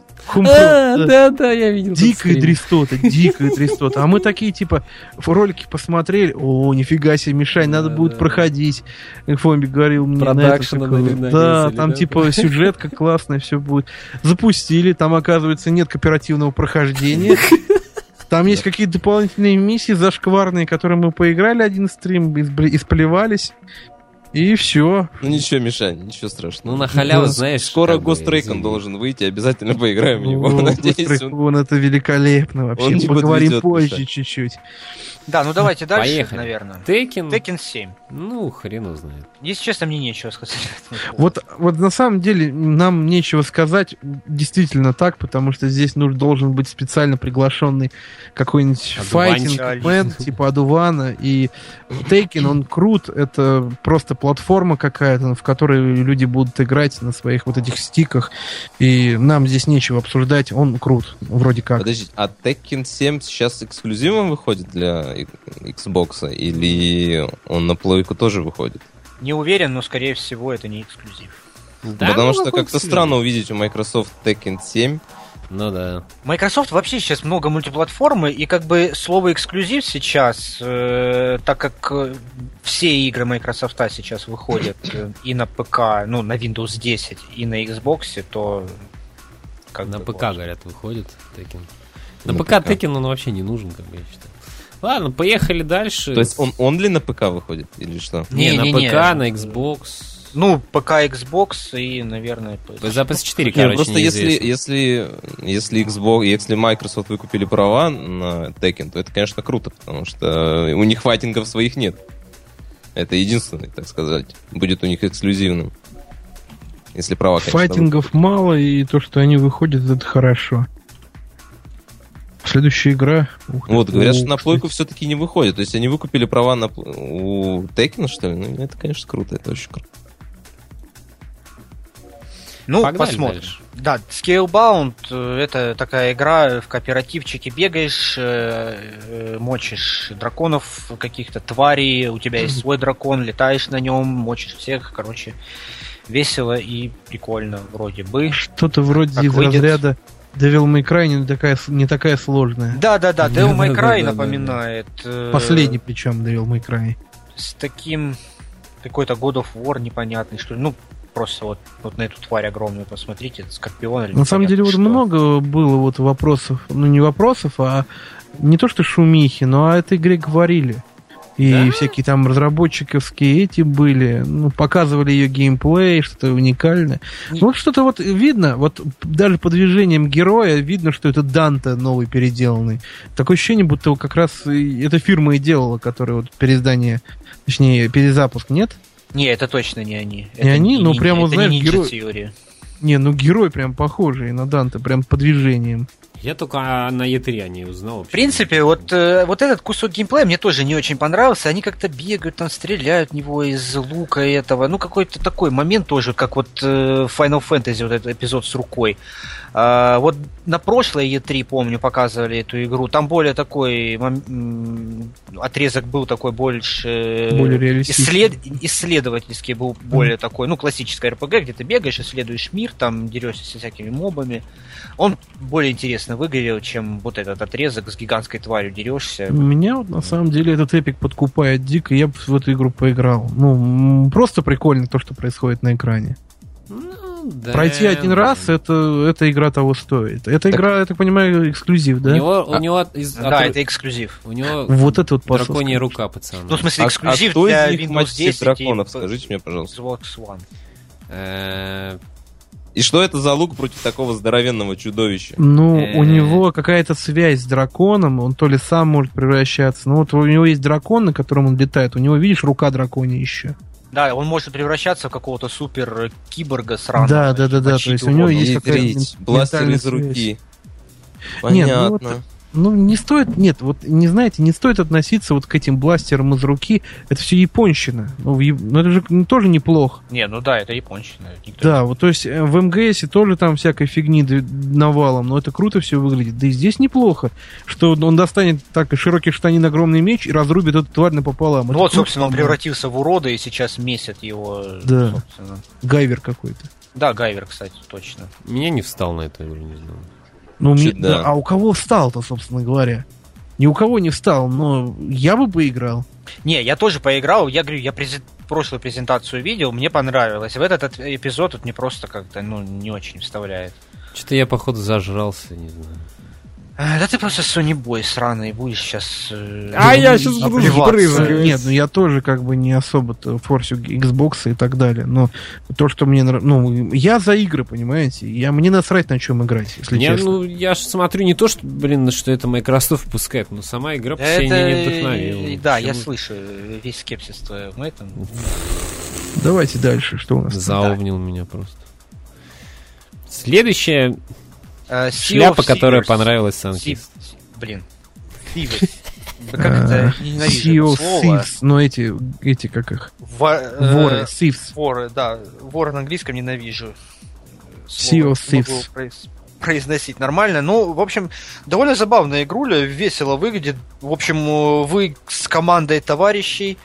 А, да, да, я видел. Дикая дрестота, дикая дрестота. А мы такие, типа, ролики посмотрели, о, нифига себе, Мишань, надо будет проходить. Фомик говорил мне на это. Да, там, типа, сюжетка классная, все будет. Запустили, там, оказывается, нет кооперативного прохождения. Там есть какие-то дополнительные миссии зашкварные, которые мы поиграли один стрим, исполевались. И все. Ну ничего, Мишань, ничего страшного. Ну на халяву, да. знаешь. Скоро Ghost Recon должен выйти, обязательно поиграем в него. О, надеюсь, Ghost Recon, он... это великолепно вообще. Он поговорим позже Мишань. Чуть-чуть. Да, ну давайте дальше, Поехали. наверное. Tekken. Tekken семь. Ну, хрен его знает. Если честно, мне нечего сказать. Вот, вот на самом деле нам нечего сказать, действительно так, потому что здесь нужен, должен быть специально приглашенный какой-нибудь файтинг-мен, типа Адувана, и Tekken, он крут, это просто платформа какая-то, в которой люди будут играть на своих вот этих стиках, и нам здесь нечего обсуждать, он крут, вроде как. Подождите, а Tekken семь сейчас эксклюзивом выходит для Xbox, или он на плойку тоже выходит? Не уверен, но, скорее всего, это не эксклюзив. Да, Потому ну, что как-то эксклюзив. Странно увидеть у Microsoft Tekken семь. Ну да. Microsoft вообще сейчас много мультиплатформы, и как бы слово эксклюзив сейчас, э, так как все игры Microsoft сейчас выходят э, и на ПК, ну, на Windows десять, и на Xbox, то... Как на ПК, важно. Говорят, выходит Tekken. На, на ПК Tekken он вообще не нужен, как я считаю. Ладно, поехали дальше. То есть он онли на ПК выходит или что? Не, не на не, ПК, не. На Xbox. Ну, ПК, Xbox и, наверное, пи эс четыре. За пи эс четыре, не, короче, просто если, если, если Xbox, если Microsoft выкупили права на Tekken, то это, конечно, круто, потому что у них файтингов своих нет. Это единственный, так сказать, будет у них эксклюзивным. Если права, конечно. Файтингов выкупят. мало, и то, что они выходят, это хорошо. Следующая игра... Ух, вот, говорят, что на плойку все-таки не выходит. То есть они выкупили права на... у Tekken, что ли? Ну, это, конечно, круто. Это очень круто. Ну, Погнали посмотрим. Дальше. Да, Scalebound — это такая игра, в кооперативчике бегаешь, мочишь драконов, каких-то тварей, у тебя есть свой дракон, летаешь на нем, мочишь всех, короче, весело и прикольно вроде бы. Что-то вроде как из выйдет... разряда Devil May Cry не такая, не такая сложная. Да-да-да, Devil May Cry напоминает. Последний причем Devil May Cry. С таким... какой-то God of War непонятный, что ли. Ну, просто вот, вот на эту тварь огромную посмотрите, скорпион или на самом деле вот что. много было вот вопросов, ну не вопросов, а не то что шумихи, но о этой игре говорили. И да? Всякие там разработчиковские эти были, ну, показывали ее геймплей, что-то уникальное. И... Вот что-то вот видно, вот даже по движениям героя видно, что это Данте новый переделанный. Такое ощущение, будто как раз эта фирма и делала, которая вот переиздание, точнее, перезапуск, нет? Не, это точно не они. Не они, но прямо, это знаешь, не Ninja герой... Theory. Не, ну герой прям похожий на Данте, прям по движениям. Я только на и три о ней узнал. В принципе, вот, э, вот этот кусок геймплея мне тоже не очень понравился. Они как-то бегают, там стреляют в него из лука этого. Ну, какой-то такой момент тоже, как вот э, Final Fantasy, вот этот эпизод с рукой. А, вот на прошлой и три, помню, показывали эту игру. Там более такой м- отрезок был такой больше... Более реалистичный. Исслед... Исследовательский был более mm. такой, ну, классическое эр пи джи, где ты бегаешь, исследуешь мир, там дерешься со всякими мобами. Он более интересно выглядел, чем вот этот отрезок с гигантской тварью дерешься. Меня вот на самом деле этот эпик подкупает дико, я бы в эту игру поиграл. Ну, просто прикольно то, что происходит на экране. Ну, да. Пройти один раз, это, эта игра того стоит. Эта так, игра, я так понимаю, эксклюзив, да? У него, а, у него из, да, от, это эксклюзив. У него вот это вот драконья рука, пацаны. Ну, в смысле, эксклюзив а, а для из них Windows десять драконов, и скажите мне, пожалуйста. Xbox One. Э-э- И что это за лук против такого здоровенного чудовища? Ну, у него какая-то связь с драконом, он то ли сам может превращаться. Ну, вот у него есть дракон, на котором он летает, у него, видишь, рука драконья еще. Да, он может превращаться в какого-то супер киборга сраного. Да, да, да, да, то есть у него есть какая-то бластер из руки. Понятно. Нет, ну, вот, ну, не стоит, нет, вот, не знаете, не стоит относиться вот к этим бластерам из руки, это все японщина, ну, в, ну это же тоже неплохо. Не, ну да, это японщина. Да, вот, то есть в эм гэ эсе тоже там всякой фигни навалом, но это круто все выглядит, да и здесь неплохо, что он достанет так и широкий штанин огромный меч и разрубит эту тварь напополам. Ну это вот, круто, собственно, он превратился в урода и сейчас месят его. Да, собственно. Гайвер какой-то. Да, Гайвер, кстати, точно. Меня не встал на эту игру, не знаю. Ну, мне, да. Да, а у кого встал-то, собственно говоря? Ни у кого не встал, но я бы поиграл. Не, я тоже поиграл, я говорю, я презент... прошлую презентацию видел, мне понравилось. В этот эпизод вот мне просто как-то, ну, не очень вставляет. Что-то я, походу, зажрался, не знаю. А, да ты просто Sony Boy сраный, будешь сейчас... Э, а я сейчас буду сбрызгивать. Нет, ну я тоже как бы не особо-то форсю Xbox и так далее, но то, что мне нравится... Ну, я за игры, понимаете? Я, мне насрать, на чем играть, если не, честно. Ну, я же смотрю не то, что, блин, что это Microsoft выпускает, но сама игра по себе это... не вдохновила. Да, Почему? Я слышу весь скепсис в твоем этом. Давайте дальше, что у нас? Заовнил меня просто. Следующая... Uh, шляпа, которая понравилась Санкист. Блин. Thieves. Как это? Ненавижу это слово. Ну, эти, эти как их? Воры, Thieves. Воры, да. Воры на английском ненавижу. Sea of Thieves. Произносить нормально. Ну, в общем, довольно забавная игруля, весело выглядит. В общем, вы с командой товарищей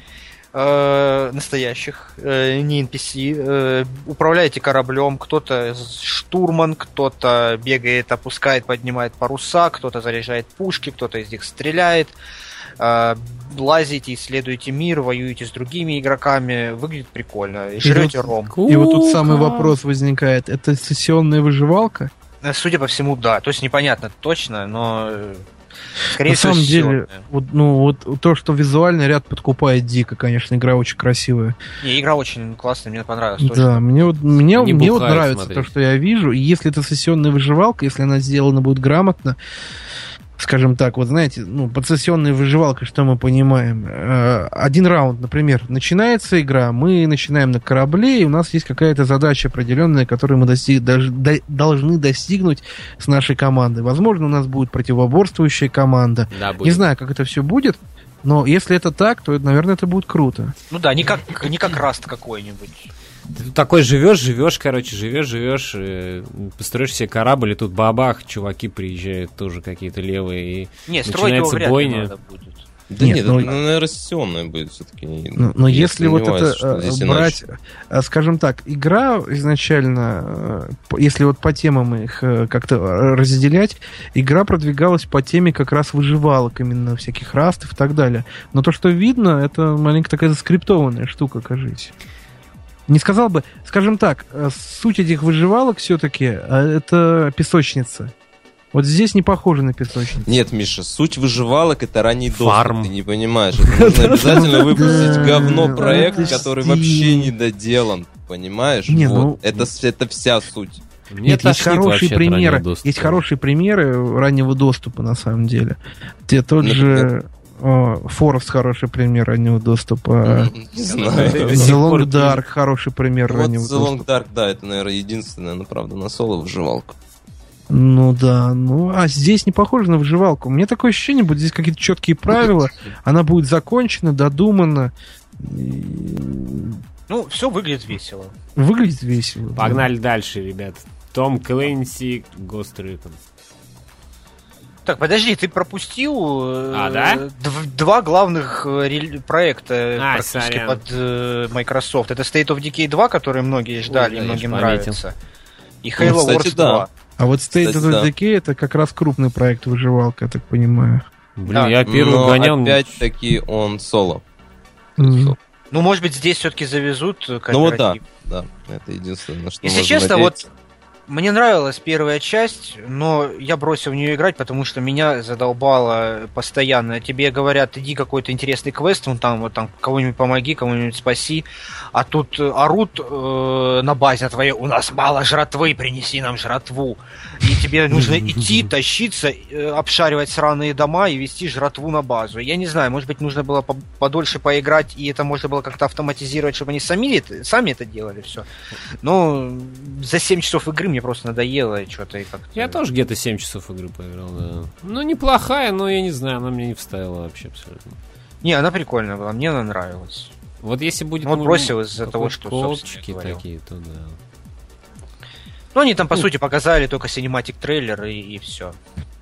Э, настоящих, э, не эн пи си, э, управляете кораблем, кто-то штурман, кто-то бегает, опускает, поднимает паруса, кто-то заряжает пушки, кто-то из них стреляет, э, лазите, исследуете мир, воюете с другими игроками, выглядит прикольно, жрете вот, ром. И вот тут самый вопрос возникает, это сессионная выживалка? Судя по всему, да, то есть непонятно точно, но... Скорее На всего, самом деле, сессионная. вот, ну, вот то, что визуальный ряд подкупает дико, конечно, игра очень красивая. Не, игра очень классная, мне понравилась. Да, точно. мне вот, мне, Не мне вот бухает нравится смотреть. то, что я вижу. И если это сессионная выживалка, если она сделана будет грамотно, скажем так, вот знаете, ну, под сессионной выживалкой, что мы понимаем? Э, один раунд, например, начинается игра, мы начинаем на корабле, и у нас есть какая-то задача определенная, которую мы достиг, дож, до, должны достигнуть с нашей командой. Возможно, у нас будет противоборствующая команда. Да, будет. Не знаю, как это все будет, но если это так, то, наверное, это будет круто. Ну да, не как, не как Раст какой-нибудь. Ты тут такой живешь, живешь, короче, живешь, живешь, э, построишь себе корабль, и тут бабах, чуваки приезжают тоже какие-то левые, и Не, строить его начинается вряд ли бойня. надо будет. Да Нет, нет, ну, это, наверное, сессионная будет все-таки. Но, но если вот это что здесь брать, иначе. Скажем так, игра изначально, если вот по темам их как-то разделять, игра продвигалась по теме как раз выживалок, именно всяких растов и так далее. Но то, что видно, это маленько такая заскриптованная штука, кажется. Не сказал бы, скажем так, суть этих выживалок все-таки это песочница. Вот здесь не похоже на песочницу. Нет, Миша, суть выживалок — это ранний доступ, Фарм. ты не понимаешь. Это нужно обязательно выпустить говно проект, который вообще не доделан, понимаешь? Не, вот. ну- это, это вся суть. Мне Нет, есть тошнит хорошие вообще от примеры, раннего доступа. есть хорошие примеры раннего доступа на самом деле. Где тот Например? же Forest хороший пример раннего доступа. Не знаю. The Long Dark хороший пример Вот раннего The Long доступа. Dark, да, это, наверное, единственное, но, правда, на соло выживалку. Ну да, ну а здесь не похоже на выживалку. У меня такое ощущение, будет здесь какие-то четкие правила, она будет закончена, додумана. И Ну, все выглядит весело. выглядит весело. да. Погнали дальше, ребят. Том Клэнси, Ghost Recon. Так, подожди, ты пропустил э, А, да? дв- два главных э, рел- проекта А, практически сорян. под э, Microsoft. Это State of Decay два, который многие ждали Ой, и да, многим я ж пометил. нравится. И Halo кстати, Wars да. два. А вот State Кстати, of да. Decay это как раз крупный проект выживалка, я так понимаю. Блин, Да. я первый Но гонял. мне- опять-таки он соло. Мгм. Ну, может быть, здесь все-таки завезут э, Ну вот да, кооператив. да, это единственное, на что Если можно честно, надеяться. вот мне нравилась первая часть, но я бросил в нее играть, потому что меня задолбало постоянно. Тебе говорят, иди какой-то интересный квест, вон там, вот там, кого-нибудь помоги, кого-нибудь спаси, а тут э, орут э, на базе твоей, у нас мало жратвы, принеси нам жратву. И тебе нужно идти, тащиться, э, обшаривать сраные дома и вести жратву на базу. Я не знаю, может быть, нужно было по- подольше поиграть, и это можно было как-то автоматизировать, чтобы они сами это, сами это делали, все. Но за семь часов игры мне просто надоело что-то и как-то... Я тоже где-то семь часов игры поиграл, да. Ну, неплохая, но я не знаю, она мне не вставила вообще абсолютно. Не, она прикольная была, мне она нравилась. Вот если будет... Вот ну, бросил из-за какой-то того, что, собственно, колчики я говорил. такие, то да. Ну, они там, по сути, показали только синематик трейлер и, и все.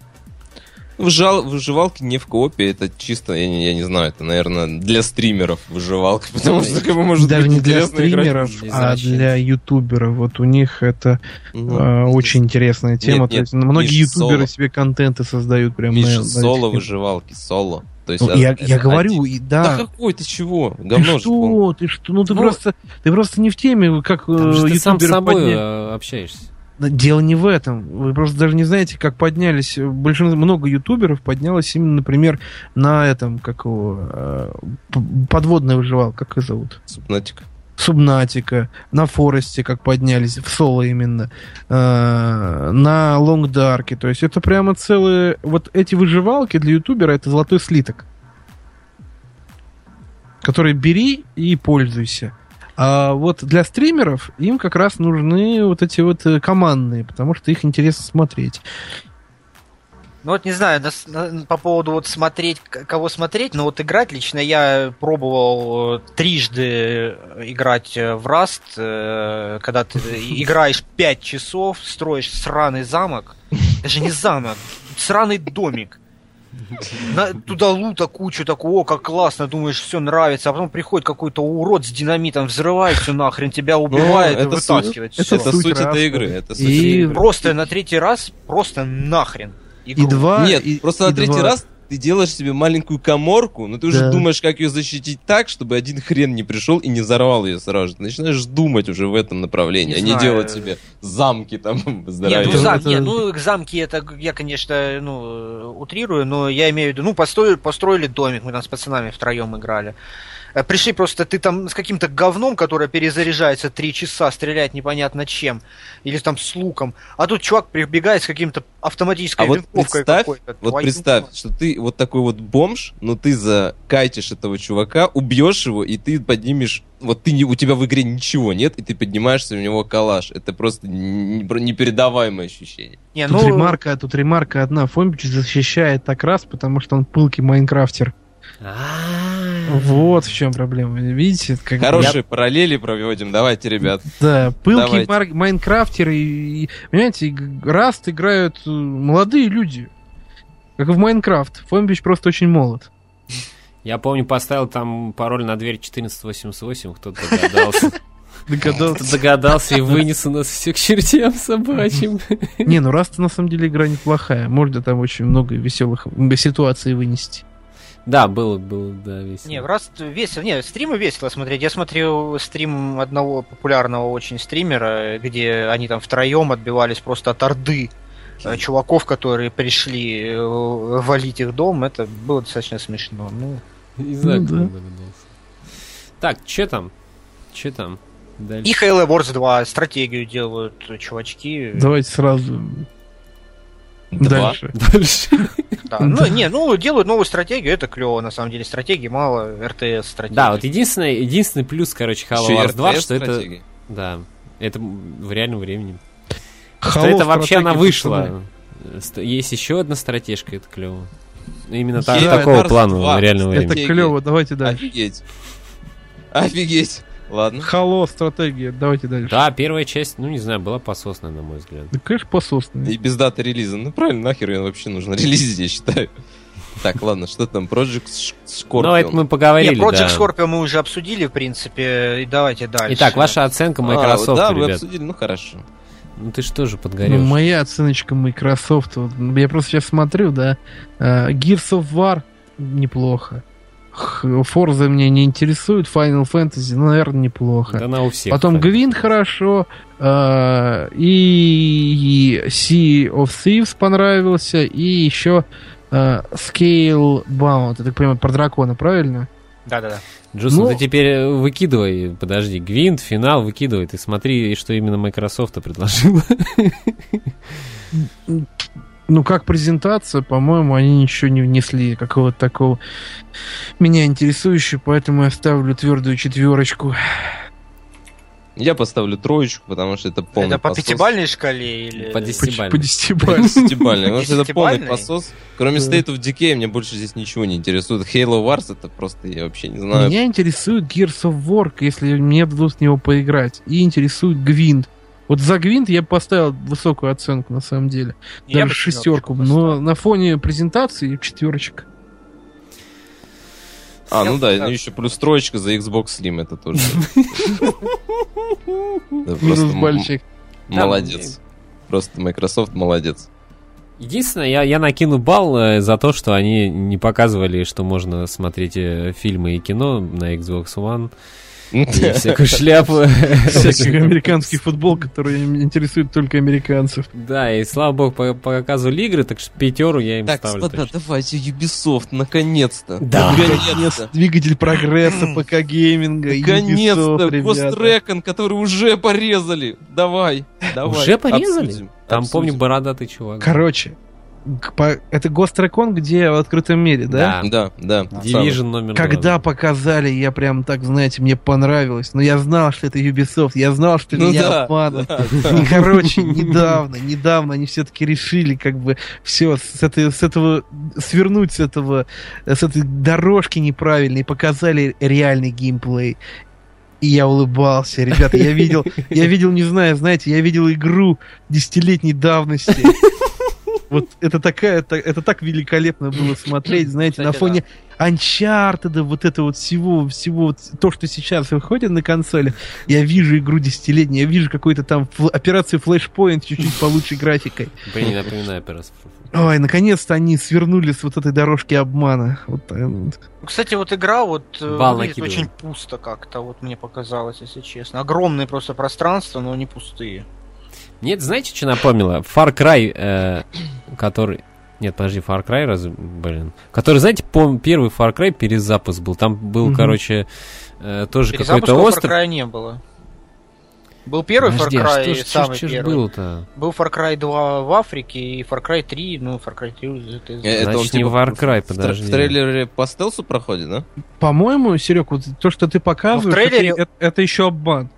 Выжал, выживалки не в коопе, это чисто, я не, я не знаю, это, наверное, для стримеров выживалка, потому что как бы может Даже быть не для интересно играть. стримеров, без а защиты. для ютуберов. Вот у них это Ну, э, очень интересная тема. нет, То есть многие Миш, ютуберы соло. себе контенты создают прям Миша, на- на соло этих темах. выживалки, соло. То есть, Ну, а- я, это я говорю, один- и Да да. какой ты чего? Ты Говно же, по-моему. что? Ты что? Ну ты Ну, просто ты просто не в теме, как э, Там же ты сам с ютуберы собой подня- э, общаешься. Дело не в этом. Вы просто даже не знаете, как поднялись. Большинство, много ютуберов поднялось именно, например, на этом, как его, э, п- подводная выживалка, как ее зовут? Субнатик. Субнатика, на Форесте, как поднялись, в соло именно, э, на Лонгдарке. То есть это прямо целые... Вот эти выживалки для ютубера это золотой слиток, который бери и пользуйся. А вот для стримеров им как раз нужны вот эти вот э, командные, потому что их интересно смотреть. Ну вот не знаю, нас- на- по поводу вот смотреть, к- кого смотреть, но вот играть лично я пробовал э, трижды играть э, в Rust, э, когда ты играешь пять часов, строишь сраный замок, даже не замок, сраный домик. На- туда лута кучу такого, о, как классно, думаешь, все нравится, а потом приходит какой-то урод с динамитом, взрывает все нахрен, тебя убивает и это вытаскивает. суть, всё. это суть суть этой Раста. игры. Это суть И- этой игры. Просто на третий раз просто нахрен. И игру. два... Нет, и- просто и на третий два- раз ты делаешь себе маленькую каморку, но ты уже Да. думаешь, как ее защитить так, чтобы один хрен не пришел и не взорвал ее сразу же. Ты начинаешь думать уже в этом направлении, Не а не знаю. делать себе замки там Нет, ну, здоровенные. Это- зам, это- нет, ну, к замки это я, конечно, ну, утрирую, но я имею в виду, ну, построили, построили домик, мы там с пацанами втроем играли. Э, Пришли просто, ты там с каким-то говном, которое перезаряжается три часа, стреляет непонятно чем, или там с луком, а тут чувак прибегает с каким-то автоматической А вот винтовкой представь, какой-то. вот Твою представь, мать. что ты вот такой вот бомж, но ты закайтишь этого чувака, убьешь его, и ты поднимешь... Вот ты, не- у тебя в игре ничего нет, и ты поднимаешься, у него калаш. Это просто не- непередаваемое ощущение. Не, Тут ну, ремарка, тут ремарка одна. Фомбич защищает так раз, потому что он пылкий майнкрафтер. Вот в чем проблема. Видите? Как... Хорошие параллели проводим, давайте, ребят. Да, пылкий Давайте. мар- майнкрафтеры. И, и, понимаете, и Раст играют э, молодые люди. Как и в Майнкрафт. Фомбич просто очень молод. Я помню, поставил там пароль на дверь четырнадцать восемьдесят восемь, кто-то догадался. Догадался. Кто-то догадался и вынес у нас всех к чертям собачьим. Не, ну Раст на самом деле игра неплохая. Можно там очень много веселых ситуаций вынести. Да, было, было, да, весело. не, раз весело, не, стримы весело смотреть. Я смотрел стрим одного популярного очень стримера, где они там втроем отбивались просто от орды э, чуваков, которые пришли э, валить их дом. Это было достаточно смешно. Ну, Не знаю, Ну кто да. догадался. Так, что там? Что там? Дальше. и Halo Wars два стратегию делают чувачки. Давайте сразу. Два. Дальше. Дальше. Да. Ну, не, ну, делают новую стратегию, это клево, на самом деле. Стратегии мало, эр тэ эс стратегии. Да, вот единственный, единственный плюс, короче, Halo Еще и Wars два, эр тэ эс что это... стратегия. Да, это в реальном времени. Halo Что это вообще она стратегия, вышла. Ст- Есть еще одна стратежка, это клево. Именно та- Halo такого Wars плана два. в реальном Это времени. Стратегия. клево, давайте дальше. Офигеть. Офигеть. Ладно. Halo стратегия, давайте дальше. Да, первая часть, ну не знаю, была пососная, на мой взгляд. Да, конечно, пососный. И без даты релиза. Ну правильно, нахер ее вообще нужно релизить, я считаю. Так, ладно, что там? Project Scorpion. Ну, это мы поговорили, Не, Project да. Scorpio мы уже обсудили, в принципе, и давайте дальше. Итак, ваша оценка А, Microsoft, да, вы ребят. обсудили, ну хорошо. Ну ты ж тоже Ну, подгорел. моя оценочка Microsoft, вот, я просто сейчас смотрю, да, э, Gears of War неплохо. Х- Forza меня не интересует, Final Fantasy, ну, наверное, неплохо. Да она у всех. Потом так. Гвинт хорошо, э, и Sea of Thieves понравился, и еще э, Scalebound, я так понимаю, про дракона, правильно? Да-да-да. Джусон, Ну- ты теперь выкидывай, подожди, Гвинт, финал выкидывай, ты смотри, что именно Microsoft предложила. Ну, как презентация, по-моему, они ничего не внесли, какого-то такого меня интересующего, поэтому я ставлю твердую четверочку. Я поставлю троечку, потому что это полный Это по посос. пятибалльной шкале или... По По, десятибалльной. по десятибалльной. Десятибалльный, потому что это полный Десятибалльный? посос. Кроме Да. State of Decay, мне больше здесь ничего не интересует. Halo Wars это просто, я вообще не знаю. Меня интересует Gears of War, если мне дадут в него поиграть. И интересует Гвинт. Вот за Гвинт я бы поставил высокую оценку, на самом деле. Я Даже бы шестерку. четверку Но поставил. на фоне презентации четверочка. А, ну да, Я- ну еще плюс троечка за Xbox Slim, это тоже. Да, Минус просто м- бальчик. Молодец. Просто Microsoft молодец. Единственное, я, я накину балл э, за то, что они не показывали, что можно смотреть э, фильмы и кино на Xbox One. И всякую шляпу. Всякий американский футбол, который интересует только американцев. Да, и слава богу, по- показывали игры, так что пятеру я им Так, ставлю. господа, точно. давайте Ubisoft, наконец-то. Да. Наконец-то. Двигатель прогресса, ПК гейминга, Наконец-то. Ubisoft, Ghost ребята. Recon, который уже порезали. Давай, давай. Уже порезали? обсудим, Там, обсудим. помню, бородатый чувак. Короче, г- по- это Ghost Recon, где в открытом мире, да? Да, да. Division номер Когда два. показали, я прям так, знаете, мне понравилось. Но я знал, что это Ubisoft, я знал, что Ну меня да, обманут. да, И, короче, недавно, недавно они все-таки решили, как бы, все, с, этой, с этого, свернуть с этого, с этой дорожки неправильной, и показали реальный геймплей. И я улыбался, ребята, я видел, я видел, не знаю, знаете, я видел игру десятилетней давности. Вот это такая, это, это так великолепно было смотреть, знаете, на Кстати, фоне Uncharted, вот это вот всего, всего вот то, что сейчас выходит на консоли, я вижу игру десятилетней, я вижу какую-то там фл- операцию Flashpoint чуть-чуть получше графикой. Блин, не напоминаю, операцию. Ой, наконец-то они свернули с вот этой дорожки обмана. Вот, э, Ну, кстати, вот игра вот э, Бал выглядит накидываю. очень пусто как-то, вот мне показалось, если честно. Огромные просто пространства, но не пустые. Нет, знаете, что напомнило? Far Cry, э, который... Нет, подожди, Far Cry, раз... Блин. Который, знаете, по первый Far Cry перезапуск был. Там был, Мгм. короче, э, тоже Перезапуска какой-то у Far остров. Cry не было. Был первый Подожди, Far а Cry, что ж- самый что ж первый. было-то? Был Far Cry два в Африке и Far Cry три, ну, Far Cry три это... Э, это Значит, он, не типа, Far Cry, в тр- подожди. В трейлере по стелсу проходит, да? по-моему, Серег, вот то, что ты показываешь, Ну, в трейлере- это, это еще обман.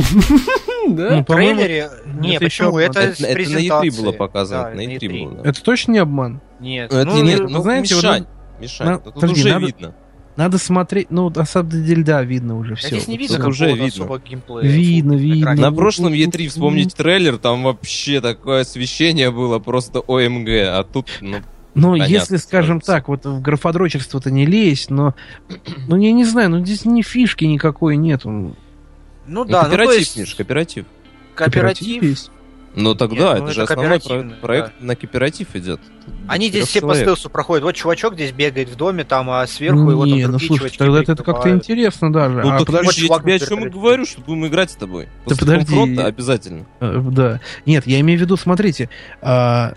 Да? Ну, В по-моему, трейлере... Не, это почему? еще Это, обман. с Это, это на и три презентации. было показано. Да, это на и три было, да. это точно не обман. Нет, Ну, это ну, не- ну, ну, знаете, вот Мишань, Мишань, на- тут подожди, уже надо- видно. Надо смотреть, ну, на самом деле, да, видно уже я все. здесь не видно Тут уже какого-то видно. особо геймплея. Видно, Фу, видно. экране. На ну, прошлом ну, и три вспомнить трейлер, там вообще такое освещение было просто ОМГ, а тут, ну, Ну, понятно, если, скажем сразу. так, вот в графодрочерство-то не лезь, но, ну, я не знаю, ну, здесь ни фишки никакой нету. Ну ну, да, ну то кооператив, есть Миш, кооператив. кооператив. есть. Ну тогда, Нет, ну это же это основной кооперативный, про- проект на кооператив идет. Они здесь Трех все по человек. стелсу проходят. Вот чувачок здесь бегает в доме, там, а сверху его там Не, ну, другие слушай, чувачки тогда это как-то прикрывают. интересно даже. Ну а так подожди, вот, я чувак тебе о на чем и вертолете. говорю, что будем играть с тобой. После подожди. Homefront обязательно. э, да. Нет, я имею в виду, смотрите, а,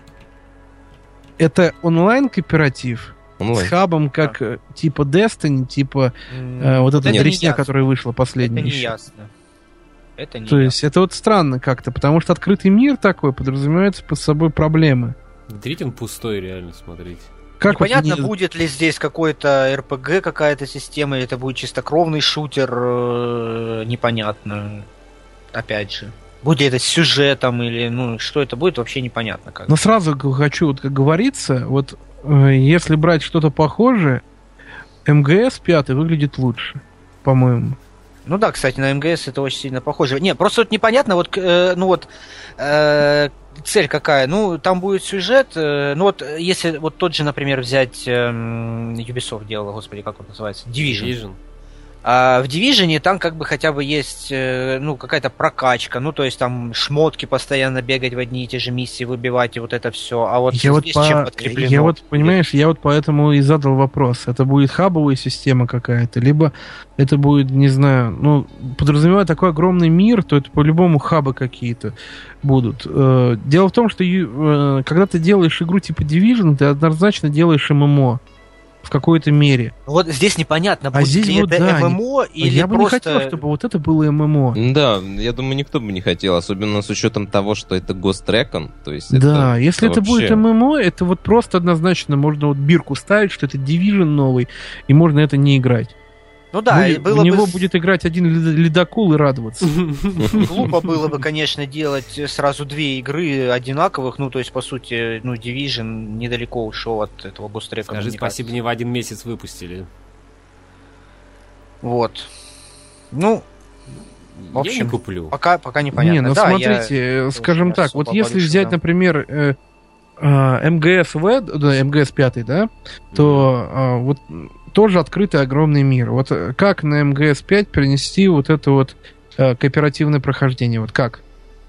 это онлайн-кооператив с Онлайн. хабом, как э, типа Destiny, типа М, э, вот эта это не дресня, ясно. которая вышла Это последняя не еще. ясно. Это не То ясно. есть это вот странно как-то, потому что открытый мир такой подразумевается под собой проблемы. Дрить он пустой, реально, смотрите. Как Непонятно, вот не- будет ли здесь какой-то эр пи джи, какая-то система, или это будет чистокровный шутер, э, непонятно. Опять же. Будет ли это с сюжетом, или, ну, что это будет, вообще непонятно. Как. Но сразу г- хочу, вот как говорится, вот э, если брать что-то похожее, эм гэ эс пять выглядит лучше, по-моему. Ну да, кстати, на эм гэ эс это очень сильно похоже. Не, просто вот непонятно, вот, э, ну вот, э, цель какая. Ну, там будет сюжет, э, ну вот, если вот тот же, например, взять э, Ubisoft делала, господи, как он называется? Division. Division. А в Division там как бы хотя бы есть, э, ну, какая-то прокачка, ну, то есть там шмотки постоянно бегать в одни и те же миссии, выбивать и вот это все. А вот Я вот, здесь по- чем подкреплено? я вот, понимаешь, я вот поэтому и задал вопрос. Это будет хабовая система какая-то, либо это будет, не знаю, ну, подразумевая такой огромный мир, то это по-любому хабы какие-то будут. Э, Дело в том, что ю- э, когда ты делаешь игру типа Division, ты однозначно делаешь эм эм о в какой-то мере. Вот здесь непонятно, А будет здесь ли вот, это да, эм эм о или я бы просто... не хотел, чтобы вот это было эм эм о. Да, я думаю, никто бы не хотел, особенно с учетом того, что это Ghost Recon, то есть Да, это, если это вообще- будет эм эм о, это вот просто однозначно можно вот бирку ставить, что это Division новый, и можно это не играть. Ну да, и Будет- было в него бы... будет играть один лед- ледокол и радоваться. Глупо было бы, конечно, делать сразу две игры одинаковых, ну, то есть, по сути, ну, Division недалеко ушел от этого Ghost Recon. Скажи мне спасибо, кажется. не в один месяц выпустили. Вот. Ну, В Я общем, не куплю. пока, пока непонятно. Не, ну Да, смотрите, я э, скажем тоже так, особо вот если больше, взять, да. например, э, э, эм гэ эс вэ, да, эм гэ эс пять, да, то э, вот тоже открытый огромный мир. Вот э, как на эм гэ эс пять перенести вот это вот э, кооперативное прохождение? Вот как?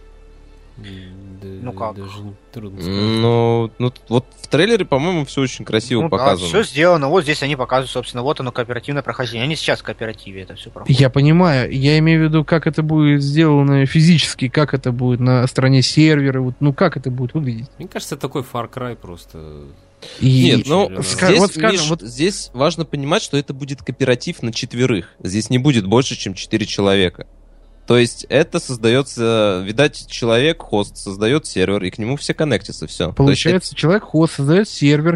Да, Ну как? Даже не- трудно сказать. Ну, ну, вот в трейлере, по-моему, все очень красиво Ну да, показано. все сделано. Вот здесь они показывают, собственно, вот оно кооперативное прохождение. Они сейчас в кооперативе это все проходят. Я понимаю, я имею в виду, как это будет сделано физически, как это будет на стороне сервера, вот, ну как это будет выглядеть. Мне кажется, это такой Far Cry просто. И- Нет, ну, Ска- здесь, вот скажем, Миш, вот- здесь важно понимать, что это будет кооператив на четверых. Здесь не будет больше, чем четыре человека. То есть это создается, видать, человек, хост, создает сервер, и к нему все коннектятся, все. Получается, человек-хост создает сервер,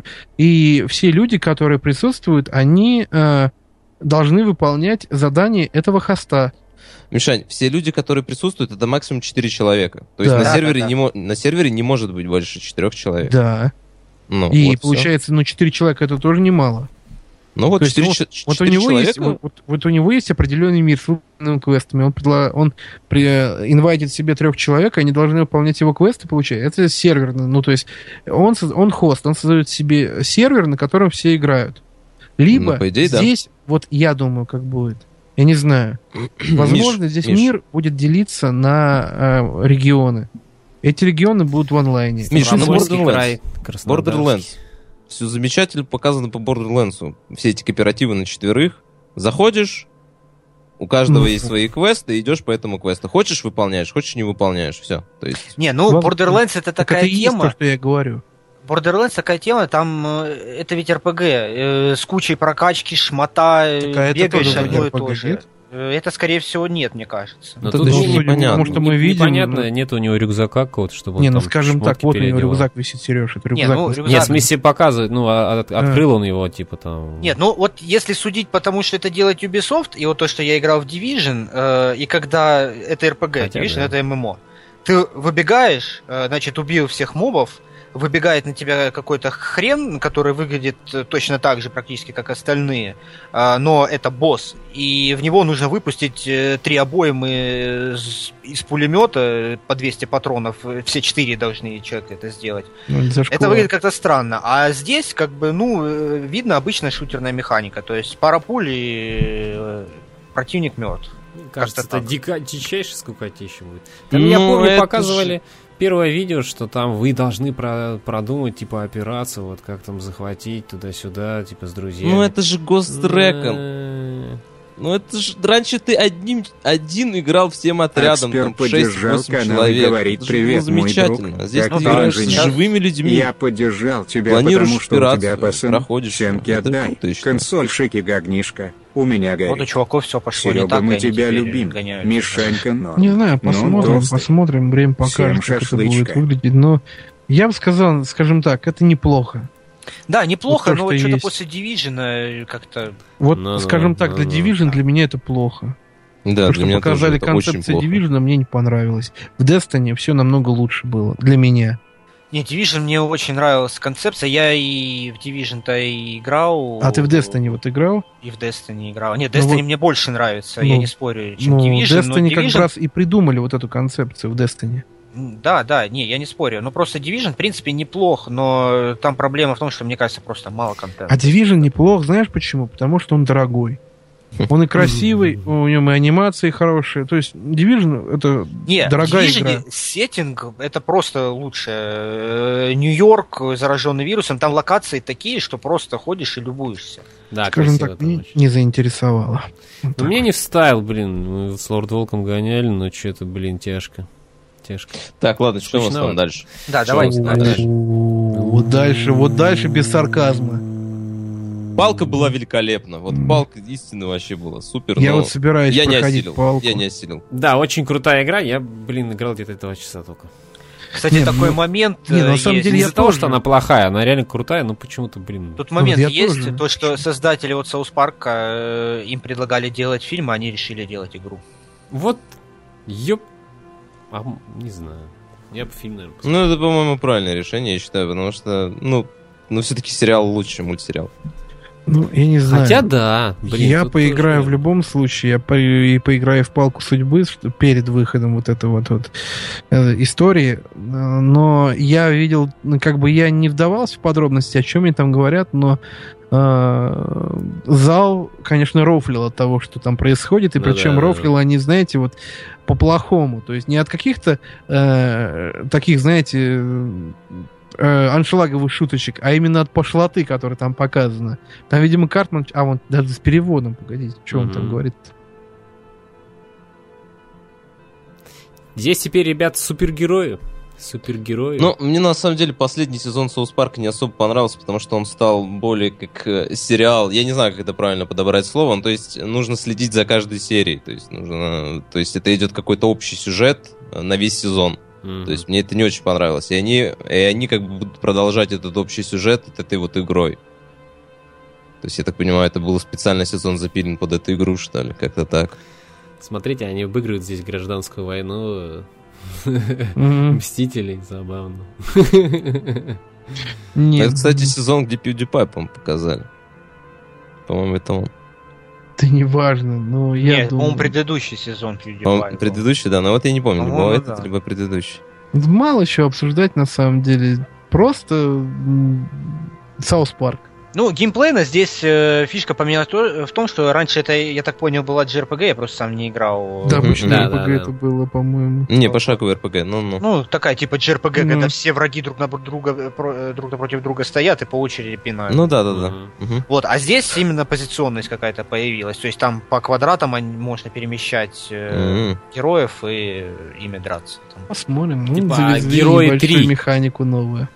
и все люди, которые присутствуют, они э, должны выполнять задания этого хоста. Мишань, все люди, которые присутствуют, это максимум четыре человека. То есть Да. на, Да, сервере да, да. Не мо- на сервере не может быть больше четырех человек. Да. Ну, И вот всё. получается, ну, четыре человека это тоже немало. Ну вот То есть четыре, он- че- Вот у четыре него есть, человека. вот, вот у него есть определенный мир с выполненными квестами. Он, предла... он при... инвайтит себе трех человек, они должны выполнять его квесты, получается. Это сервер. Ну, то есть он, соз- он хост, он создает себе сервер, на котором все играют. Либо Ну, по идее, да. здесь, вот я думаю, как будет. Я не знаю. Возможно, Миш, здесь Миш. мир будет делиться на э, регионы. Эти регионы будут в онлайне. Миш, ну, Ставропольский Borderlands. край, Краснодарский. Borderlands. Все замечательно показано по Borderlands. Все эти кооперативы на четверых. Заходишь, у каждого Ну, есть свои квесты, идешь по этому квесту. Хочешь — выполняешь, хочешь — не выполняешь. Все. То есть... Не, ну, Ладно, Borderlands это Так такая это и есть тема. то, что я говорю. Borderlands такая тема, там э, это ведь эр пи джи, э, с кучей прокачки, шмота, э, Так, а это бегаешь тоже одно и эр пи джи, то же. нет? Э, Это, скорее всего, нет, мне кажется. Но Это тут даже не- непонятно. Потому что мы не- видим... Непонятно, нет у него рюкзака какого-то, чтобы он Не, ну там скажем так, шмотки вот у него переодевал. рюкзак висит, Сереж, это Не, рюкзак. ну, на- рюкзак- Нет, в смысле показывает, ну, а- от- открыл он его, типа там... Нет, ну вот если судить потому, что это делает Ubisoft, и вот то, что я играл в Division, э, и когда это эр пи джи, Хотя Division да. это эм эм о, ты выбегаешь, э, значит, убил всех мобов, выбегает на тебя какой-то хрен, который выглядит э, точно так же практически, как остальные, э, но это босс, и в него нужно выпустить э, три обоймы с- из пулемета по двести патронов, э, все четыре должны человек это сделать. Ну, это зашквар. Это выглядит как-то странно. А здесь, как бы, ну, э, видно обычная шутерная механика. То есть пара пуль и э, противник мертв. Мне кажется, как-то это так. дико, дичайшее скукотища будет. Там, я Ну, помню, это показывали первое видео, что там вы должны про- продумать, типа, операцию, вот как там захватить туда-сюда, типа, с друзьями. Ну это же Ghost Recon. Э, Ну это же раньше ты одним, один играл всем отрядом, Эксперт там поддержал шесть-восемь канал и человек. говорит: Это же было «Привет, мой замечательно. друг. А здесь Как ты ты играешь с инженер?» живыми людьми. Я поддержал тебя, Планируешь потому что у тебя операцию, пацан. проходишь. Семки Это отдай. круто, я считаю. Консольщики, гогнишка. У меня Вот у горит. чуваков все пошло не Серега, так, и мы они тебя теперь любим. гоняются. Мишенька, но. Не знаю, посмотрим, толстый. посмотрим, время покажет, Всем как это шашлычка. будет выглядеть. Но Я бы сказал, скажем так, это неплохо. Да, неплохо, Вот то, но что что-то есть. после Division как-то... Вот, Ну, скажем ну, так, ну, для ну. Division для меня это плохо. Да, То, для что меня показали тоже это очень концепцию плохо. Division, мне не понравилось. В Destiny все намного лучше было для меня. Не, Division мне очень нравилась концепция. Я и в Division-то и играл. А ты в Destiny вот играл? И в Destiny играл. Нет, Ну Destiny вот- мне больше нравится, ну, я не спорю, чем Ну, Division. но Destiny как Division... раз и придумали вот эту концепцию в Destiny. Да, да, не, я не спорю. Но просто Division, в принципе, неплох, но там проблема в том, что, мне кажется, просто мало контента. А Division неплох, знаешь почему? Потому что он дорогой. Он и красивый, у него и анимации хорошие. То есть Division это Не, дорогая в Division игра. сеттинг это просто лучше. Э, Нью-Йорк, зараженный вирусом, там локации такие, что просто ходишь и любуешься. Да, Скажем красиво так, там не, очень. не заинтересовало. Вот Ну, так. мне не вставил, блин. Мы с Лорд Волком гоняли, но что-то, блин, тяжко. Тяжко. Так, ладно, что у нас Скучновато. там дальше? Да, Что давайте. у нас да, дальше? да. Вот дальше, вот дальше без сарказма. Палка была великолепна. Вот палка истинно вообще была супер. Я но вот собираюсь я не проходить осилил. палку. Я не осилил. Да, очень крутая игра. Я, блин, играл где-то два часа только. Кстати, Не, такой ну- момент не, э, на самом есть. деле Не я из-за того, тоже. что она плохая, она реально крутая, но почему-то, блин... Тут момент я есть, тоже. то, что создатели вот South Park э, им предлагали делать фильм, а они решили делать игру. Вот, ёп... А, м, не знаю. Я бы фильм, наверное, посмотрел. Ну, это, по-моему, правильное решение, я считаю, потому что, ну, ну все-таки сериал лучше, чем мультсериал. Ну, я не знаю. Хотя да, блин. я тут поиграю тоже- в любом случае, я по- и поиграю в палку судьбы что перед выходом вот этой вот, вот э, истории, э, но я видел, ну, как бы я не вдавался в подробности, о чем они там говорят, но э, зал, конечно, рофлил от того, что там происходит, и Ну причем да, да, рофлил они, знаете, вот по-плохому, то есть не от каких-то э, таких, знаете, э, аншлаговых шуточек, а именно от пошлоты, которая там показана. Там, видимо, Картман... А, вон, даже с переводом, погодите, что он там Мгм. говорит? Здесь теперь, ребят, супергерои. Супергерои. Ну, мне на самом деле последний сезон Соус Парка не особо понравился, потому что он стал более как э, сериал. Я не знаю, как это правильно подобрать слово. Ну, то есть нужно следить за каждой серией. То есть нужно, то есть это идет какой-то общий сюжет э, на весь сезон. Мгм. То есть мне это не очень понравилось. И они, и они как бы будут продолжать этот общий сюжет от этой вот игрой. То есть, я так понимаю, это был специально сезон запилен под эту игру, что ли, как-то так. Смотрите, они обыгрывают здесь гражданскую войну. Мгм. Мстителей, забавно. Нет, Это, кстати, сезон, где PewDiePie, по-моему, показали. По-моему, это он. это не важно, но я Нет, думаю... по-моему, предыдущий сезон PewDiePie По-моему, был. предыдущий, да, но вот я не помню, либо По-моему, этот, да. либо предыдущий. Мало еще обсуждать, на самом деле. Просто м, Саус Парк. Ну, геймплейно здесь э, фишка поменялась то- в том, что раньше это, я так понял, была джей ар пи джи, я просто сам не играл. Да, Мгм. обычно Да, эр пи джи да, да. это было, по-моему. Не, пошаговый эр пи джи, ну-ну. Ну, такая типа джей ар пи джи, Ну. когда все враги друг на друга, э, про- э, друг напротив друга стоят и по очереди пинают. Ну да-да-да. Мгм. Мгм. Вот, а здесь именно позиционность какая-то появилась. То есть там по квадратам они- можно перемещать э, Мгм. героев и ими драться. Там. Посмотрим. Ну, Типа, завезли Герои небольшую три. механику новую.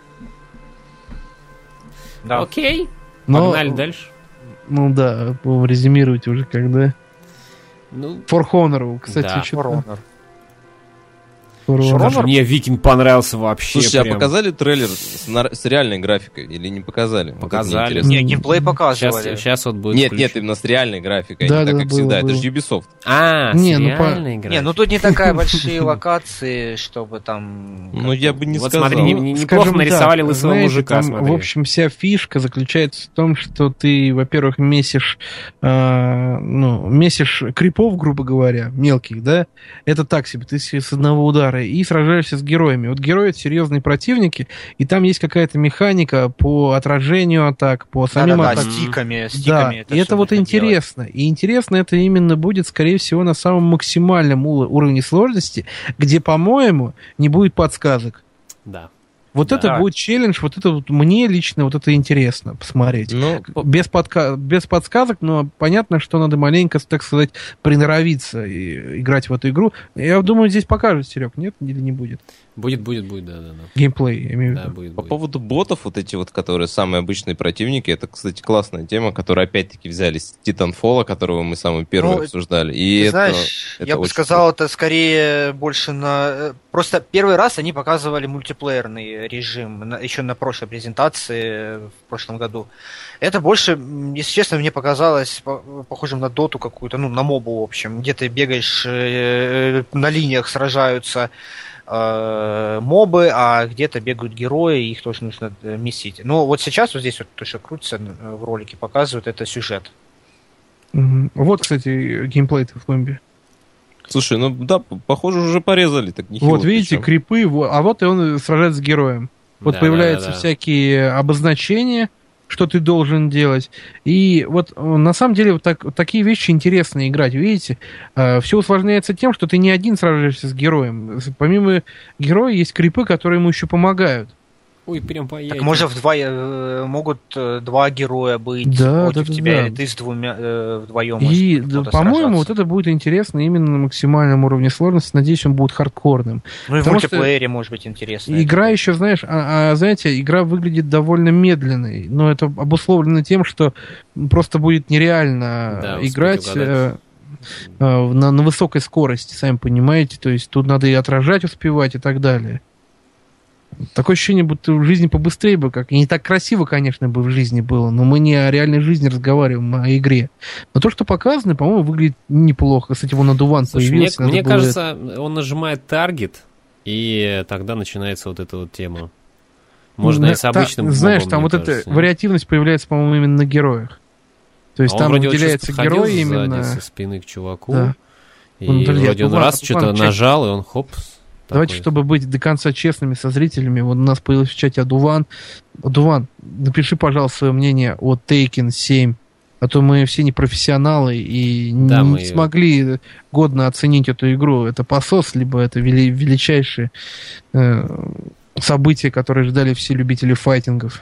Да. Окей, Но- погнали дальше. Ну да, будем резюмировать уже когда. Ну, For Honor, кстати, Да. что-то... For Honor. For Honor. даже мне Викинг понравился вообще. Слушайте, а прям. показали трейлер с, нар- с реальной графикой или не показали? Вот это мне Показали. интересно. Не, геймплей Сейчас, показывали. сейчас вот будет Нет, включен. нет, именно с реальной графикой, Да, а не так, да, как было, всегда. было. Это же Ubisoft. А, Не, с ну, по- реальной игрой. Не, ну тут не такая большие локации, чтобы там... Ну, я бы не Вот сказал. смотри, не- не- Ну, неплохо скажем нарисовали так, лысого знаете, мужика, там, смотри. в общем, вся фишка заключается в том, что ты, во-первых, месишь, э, ну, месишь крипов, грубо говоря, мелких, да, это так себе, ты с с одного удара, и сражаешься с героями. Вот герои — это серьезные противники, и там есть какая-то механика по отражению атак, по самим Да-да-да, атакам. стиками, Да, стиками. и это всё вот нужно интересно. И интересно это именно будет, скорее всего, на самом максимальном ур- уровне сложности, где, по-моему, не будет подсказок. Да. Вот Да. это будет челлендж, вот это вот мне лично вот это интересно посмотреть. Ну, по- Без, подка- без подсказок, но понятно, что надо маленько, так сказать, приноровиться и играть в эту игру. Я думаю, здесь покажут, Серег, нет? Или не будет? Будет, будет, будет, да-да-да. Геймплей, я имею в Да, виду. будет, По будет. поводу ботов, вот эти вот, которые самые обычные противники, это, кстати, классная тема, которую опять-таки взяли с Titanfall, которого мы самый первый Ну, обсуждали. И Ты это, знаешь, это я бы очень сказал, это скорее больше на... Просто первый раз они показывали мультиплеерный режим, на- еще на прошлой презентации в прошлом году. Это больше, м, если честно, мне показалось по- похожим на доту какую-то, ну, на мобу, в общем, где ты бегаешь, э, на линиях сражаются э, мобы, а где-то бегают герои, и их тоже нужно э, месить. Но вот сейчас вот здесь вот то, что крутится э, в ролике, показывают, это сюжет. Мгм. Вот, кстати, геймплей-то в зомби. Слушай, ну да, п- похоже, уже порезали. Так нехило Вот видите, причем. крипы, во- а вот и он сражается с героем. Вот Да, появляются да, да. всякие обозначения, что ты должен делать. И вот э, на самом деле вот, так, вот такие вещи интересно играть. Видите, все усложняется тем, что ты не один сражаешься с героем. С- Помимо героя есть крипы, которые ему еще помогают. Ой, прям по Так яйцам. может вдво... э, могут э, два героя быть Да, против да, да, тебя, да. или ты с двумя э, вдвоем И, можешь да, кто-то по-моему, вот сражаться. это будет интересно именно на максимальном уровне сложности. Надеюсь, он будет хардкорным. Ну и в потому что мультиплеере может быть интересно. Игра еще, знаешь, а, а, знаете, игра выглядит довольно медленной, но это обусловлено тем, что просто будет нереально Да, играть успеть угадать. э, э, на, на высокой скорости, сами понимаете, то есть тут надо и отражать успевать и так далее. Такое ощущение, будто в жизни побыстрее бы, как и не так красиво, конечно, бы в жизни было, но мы не о реальной жизни разговариваем, а о игре. Но то, что показано, по-моему, выглядит неплохо. Кстати, вон Адуван Слушай, мне, появился. надо мне было кажется, он нажимает таргет, и тогда начинается вот эта вот тема. Можно Ну, и с та- обычным знаешь, мобом, там мне вот кажется. эта вариативность появляется, по-моему, именно на героях. То есть А он там вроде вот выделяется сейчас подходил герой сзади именно... со спины к чуваку, Да. и Он, подожди, вроде он Адуван- раз Адуван что-то чек- нажал, и он хоп. Давайте, такой. чтобы быть до конца честными со зрителями, вот у нас появился в чате Адуван. Адуван, напиши, пожалуйста, свое мнение о Taken семь, а то мы все не профессионалы и Да, не мы- смогли годно оценить эту игру. Это посос, либо это вели- величайшее э, событие, которое ждали все любители файтингов.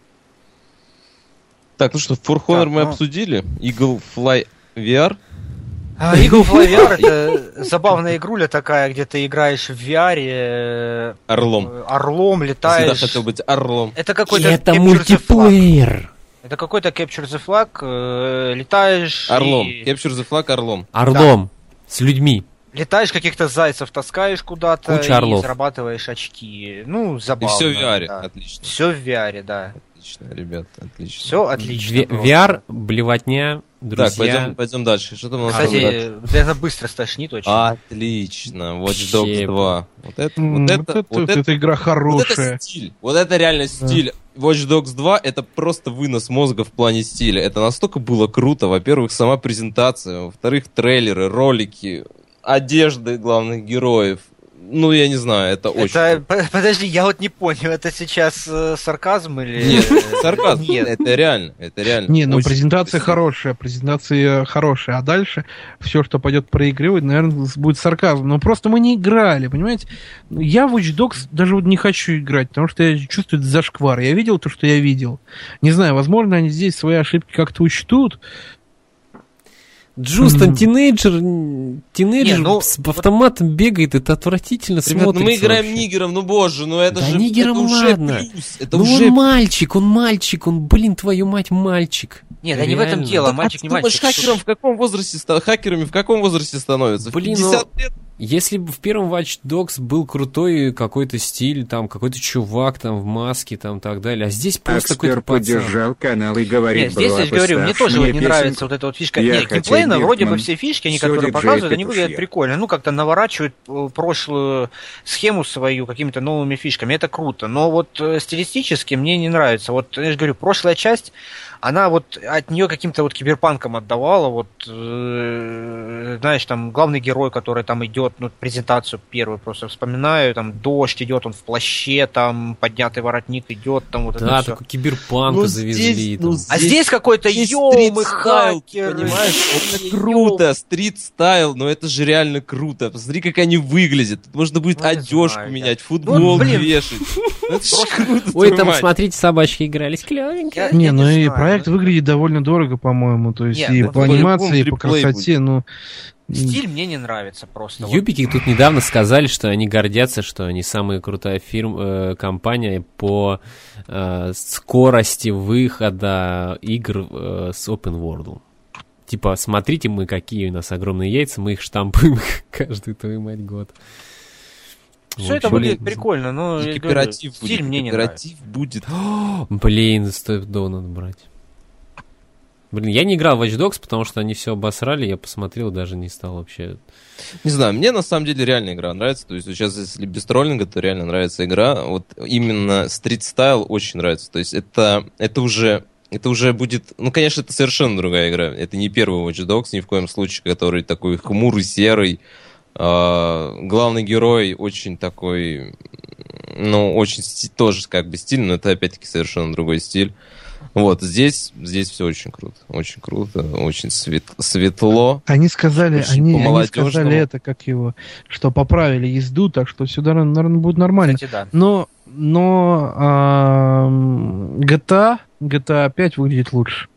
Так, ну что, For Honor Так, мы ну. обсудили. Eagle Fly ви ар. А, Eagle Fly ви ар это забавная игруля такая, где ты играешь в ви ар, э, Орлом. э, орлом, Всегда летаешь. хотел быть орлом. Это какой-то Это Capture the Flag. мультиплеер. Это какой-то Capture the Flag, э, летаешь Орлом. и... Capture the Flag орлом. Орлом. С людьми. Летаешь, каких-то зайцев таскаешь куда-то Куча и орлов. зарабатываешь очки. Ну, И забавно. все в ви ар. да. Отлично. Все в ви ар, да. Отлично, ребят, отлично. Все отлично. Ви- просто. ви ар, блевотня, друзья. Так, пойдем, пойдем дальше. Что там у нас там дальше? Кстати, да, это быстро стошнит очень. Отлично. Watch Dogs Вообще. два. Вот это, М, вот это, вот вот это, это, эта игра вот хорошая. это стиль. Вот это реально стиль. Watch Dogs два это просто вынос мозга в плане стиля. Это настолько было круто. Во-первых, сама презентация. Во-вторых, трейлеры, ролики, одежды главных героев. Ну, я не знаю, это очень... Это, по- подожди, я вот не понял, это сейчас э, сарказм или... Нет, сарказм. Нет. Это реально, это реально. Не, ну Очень презентация красиво. хорошая, презентация хорошая, а дальше все, что пойдет проигрывать, наверное, будет сарказм. Но просто мы не играли, понимаете? Я в Watch Dogs даже вот не хочу играть, потому что я чувствую это зашквар. Я видел то, что я видел. Не знаю, возможно, они здесь свои ошибки как-то учтут. Джустон, Мгм. тинейджер, м, тинейджер Не, ну, с автоматом бегает, это отвратительно Ребят, ну смотрится мы играем вообще. нигером, ну боже, ну это Да же нигером это уже ладно. плюс. Это Ну уже он мальчик, он мальчик, он, блин, твою мать, мальчик. Нет, да не в этом Реально. дело, А мальчик ты не думаешь, мальчик. хакером в каком возрасте ста- хакерами в каком возрасте становятся? В Блин, пятьдесят лет? Если бы в первом Watch Dogs был крутой какой-то стиль, там, какой-то чувак там в маске, там, так далее, а здесь просто какой-то Эксперт пацан. поддержал канал и говорит, Нет, здесь была я же говорю, мне тоже вот не поставшая нравится песенка. вот эта вот фишка. Я Нет, хотел геймплейно вроде бы Биркман, все фишки, они, всё которые диджей показывают, они петушья. выглядят прикольно. Ну, как-то наворачивают э, прошлую схему свою какими-то новыми фишками. Это круто. Но вот э, стилистически мне не нравится. Вот, я же говорю, прошлая часть, она вот от нее каким-то вот киберпанком отдавала. Вот, э, знаешь, там главный герой, который там идет, ну, презентацию первую просто вспоминаю, там дождь идет, он в плаще, там поднятый воротник идет, там вот Да, это все. такой киберпанка Ну, завезли. здесь, там. ну, А здесь какой-то Здесь ёмы, стрит-стайл, хакер. понимаешь? Это круто, стрит-стайл, но это же реально круто. Посмотри, как они выглядят. Тут можно будет Ну, не одежку знаю, менять, я- футбол Ну, блин. вешать. Ну, это же круто, Ой, твою там, мать. смотрите, собачки игрались, клевенько. Я- Не, я ну и знаю, проект ну, выглядит довольно дорого, по-моему. То есть Нет, и ну, по по-любому анимации, и по триплей красоте, ну... Стиль мне не нравится просто. Юбики тут недавно сказали, что они гордятся, что они самая крутая фирма, э, компания по э, скорости выхода игр э, с Open World. Типа, смотрите, мы какие у нас огромные яйца, мы их штампуем каждый, твою мать, год. Все это выглядит прикольно, но и кооператив стиль будет, мне не нравится. будет. Блин, стоит до надо брать. Блин, я не играл в Watch Dogs, потому что они все обосрали, я посмотрел, даже не стал вообще... Не знаю, мне на самом деле реально игра нравится, то есть сейчас, если без троллинга, то реально нравится игра, вот именно Street Style очень нравится, то есть это, это уже... Это уже будет... Ну, конечно, это совершенно другая игра. Это не первый Watch Dogs, ни в коем случае, который такой хмурый, серый. А, главный герой очень такой... Ну, очень сти- тоже как бы стиль, но это опять-таки совершенно другой стиль. Вот, здесь, здесь все очень круто. Очень круто, очень свет, светло. Они сказали, очень они, они по-молодежному. сказали это, как его, что поправили езду, так что все, наверное, будет нормально. Кстати, да. Но, но а, джи ти эй, джи ти эй пять выглядит лучше.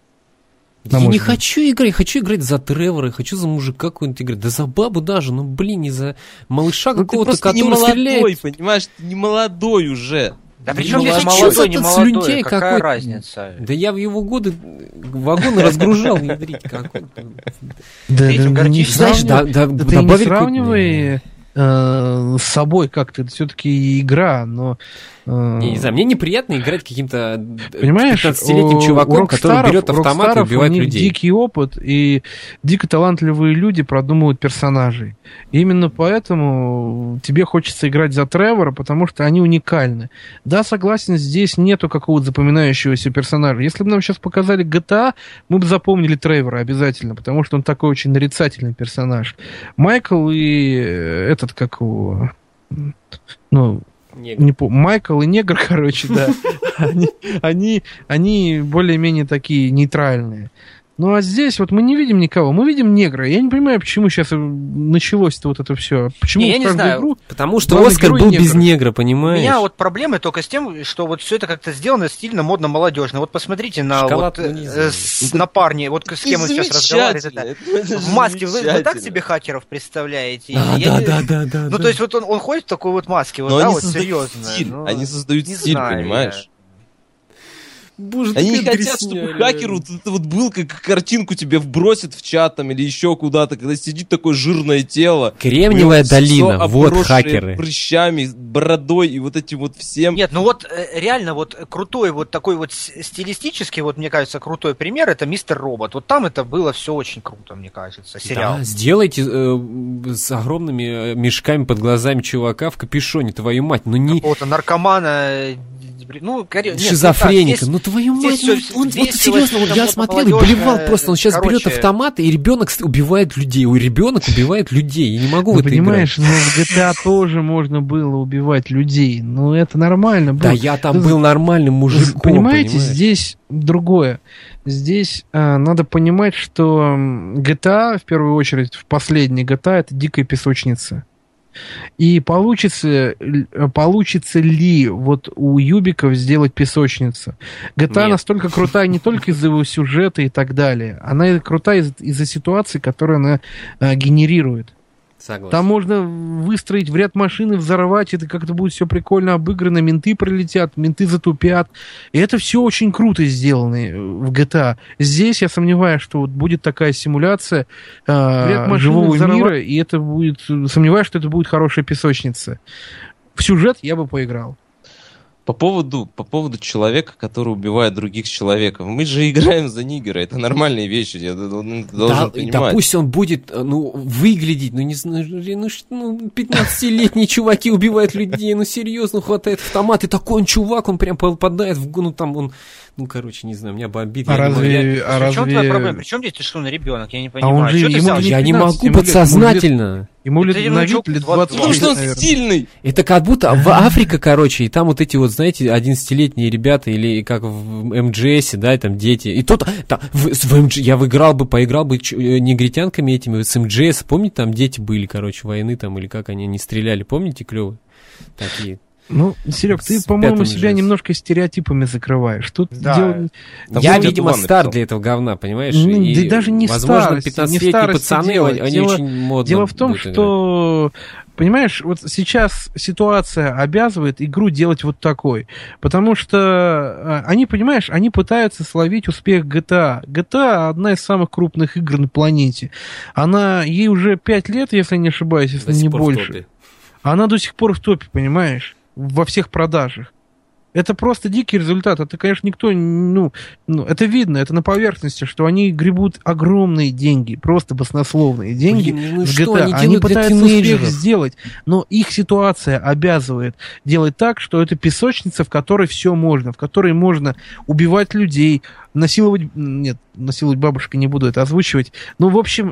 Я не хочу играть, я хочу играть за Тревора, я хочу за мужика какой-нибудь играть, да за бабу даже, ну блин, не за малыша ну, какого-то, ты который не молодой, стреляет. Понимаешь, ты не молодой уже. Да при чем я здесь хочу молодой, не этот молодой, слюнтяй какая какой-то. разница? Да я в его годы вагоны разгружал, ядрить какой-то. Да, Ты этим да, не гордишься? Знаешь, да, сравнивай- да, да ты не добавили сравнивай э, с собой как-то, это все-таки игра, но... э, Не, не знаю, мне неприятно играть каким-то Понимаешь, пятнадцатилетним у- чуваком, у который Rockstar'ов- берет у автомат и Rockstar'ов убивает у них людей. дикий опыт, и дико талантливые люди продумывают персонажей. И именно поэтому тебе хочется играть за Тревора, потому что они уникальны. Да, согласен, здесь нету какого-то запоминающегося персонажа. Если бы нам сейчас показали джи ти эй, мы бы запомнили Тревора обязательно, потому что он такой очень нарицательный персонаж. Майкл и этот, как его... Ну, Негр. не помню, Майкл и негр, короче, да, они, они, они более-менее такие нейтральные. Ну а здесь вот мы не видим никого, мы видим негра. Я не понимаю, почему сейчас началось-то вот это все. Почему Не, я в не каждую знаю. игру... Потому что главный Оскар герой был негр. без негра, У понимаешь? меня вот проблемы только с тем, что вот все это как-то сделано стильно, модно, молодежно. Вот посмотрите на Шоколад вот, вниз. э, с, на парне, вот с кем он сейчас разговаривает. Это, в маске. Вы, вы так себе хакеров представляете? Да, Я да, не- да, да, да. Ну, да. то есть вот он, он ходит в такой вот маске, вот, Но да, они вот создают серьезно. стиль, ну, они создают не стиль, знаю понимаешь? Боже, Они не такая хотят, дресня, чтобы реально. хакер вот это вот был, как картинку тебе вбросит в чат там или еще куда-то, когда сидит такое жирное тело. Кремниевая у него долина, всё вот обросшее хакеры. прыщами, бородой и вот этим вот всем. Нет, ну вот э, реально вот крутой вот такой вот с- стилистический, вот мне кажется, крутой пример, это Мистер Робот. Вот там это было все очень круто, мне кажется, сериал. Да, сделайте э, с огромными э, мешками под глазами чувака в капюшоне, твою мать, ну не Какого-то наркомана, э, ну, коре- нет, шизофреника, ну ну твою здесь мать, всё ну, он, вот весело, серьезно, вот я модно, смотрел и молодёжно, блевал просто, он сейчас короче. берет автомат, и ребенок с- убивает людей, у ребенок убивает людей, я не могу в Ну, это понимаешь, играть. ну, в джи ти эй тоже можно было убивать людей. Ну, это нормально было. Да я там Ты- был нормальным мужиком, Понимаете, понимаешь? здесь другое. Здесь а, надо понимать, что м, джи ти эй, в первую очередь, в последний джи ти эй, это дикая песочница. И получится, л- получится ли вот у Юбиков сделать песочницу? джи ти эй Нет. настолько крутая не только из-за его сюжета и так далее, она и крутая из- из-за ситуации, которую она а, генерирует. Согласен. Там можно выстроить в ряд машин и взорвать, это как-то будет все прикольно обыграно, менты пролетят, менты затупят. И это все очень круто сделано э, в джи ти эй. Здесь я сомневаюсь, что вот будет такая симуляция э, Ряд машин живого взорвать. мира, и это будет, сомневаюсь, что это будет хорошая песочница. В сюжет я бы поиграл. По поводу, по поводу человека, который убивает других человеков. Мы же играем за нигера, это нормальные вещи, я д- д- ты должен Да, понимать. да пусть он будет, э, ну, выглядеть, ну, не знаю, ну, ш- ну, пятнадцатилетние чуваки убивают людей, ну, серьезно, хватает автомат, и такой он чувак, он прям попадает в, г- ну, там он, ну, короче, не знаю, меня бомбит. А я не могу- я- разве... а В чем твоя разве- проблема? Причем здесь что, на ребенок? Я не он понимаю. же- Чё ты ему взял? же Я не пятнадцать, могу ему лет- подсознательно. Ему лет, Это на внучок вид лет двадцать. Потому что он наверное. стильный. Это как будто в Африка, короче, и там вот эти вот, знаете, одиннадцатилетние ребята, или как в эм джи эс, да, и там дети. И тот, там, в, в эм джи, я выиграл бы, поиграл бы ч- э, негритянками этими с эм джи эс. Помните, там дети были, короче, войны там, или как они не стреляли, помните, клевые? Такие. Ну, Серег, ты, С по-моему, пятым себя же. немножко стереотипами закрываешь. Тут Да. дело- Я, вот видимо, Иван стар написал. для этого говна, понимаешь? Ну, И, да даже не возможно, старости, не пятнадцатилетние старости пацаны, дело. они Дело- очень модно Дело в том, будут играть. что, понимаешь, вот сейчас ситуация обязывает игру делать вот такой. Потому что а, они, понимаешь, они пытаются словить успех джи ти эй. джи ти эй одна из самых крупных игр на планете. Она, ей уже пять лет, если не ошибаюсь, если До сих не пор в больше. топе. Она до сих пор в топе, понимаешь? Во всех продажах. Это просто дикий результат. Это, конечно, никто, ну, ну, это видно, это на поверхности, что они гребут огромные деньги, просто баснословные деньги. Блин, ну в что джи ти эй. они Они делают для пытаются успех тинейджеров? сделать, но их ситуация обязывает делать так, что это песочница, в которой все можно, в которой можно убивать людей, насиловать... Нет, насиловать бабушек не буду это озвучивать. Ну, в общем,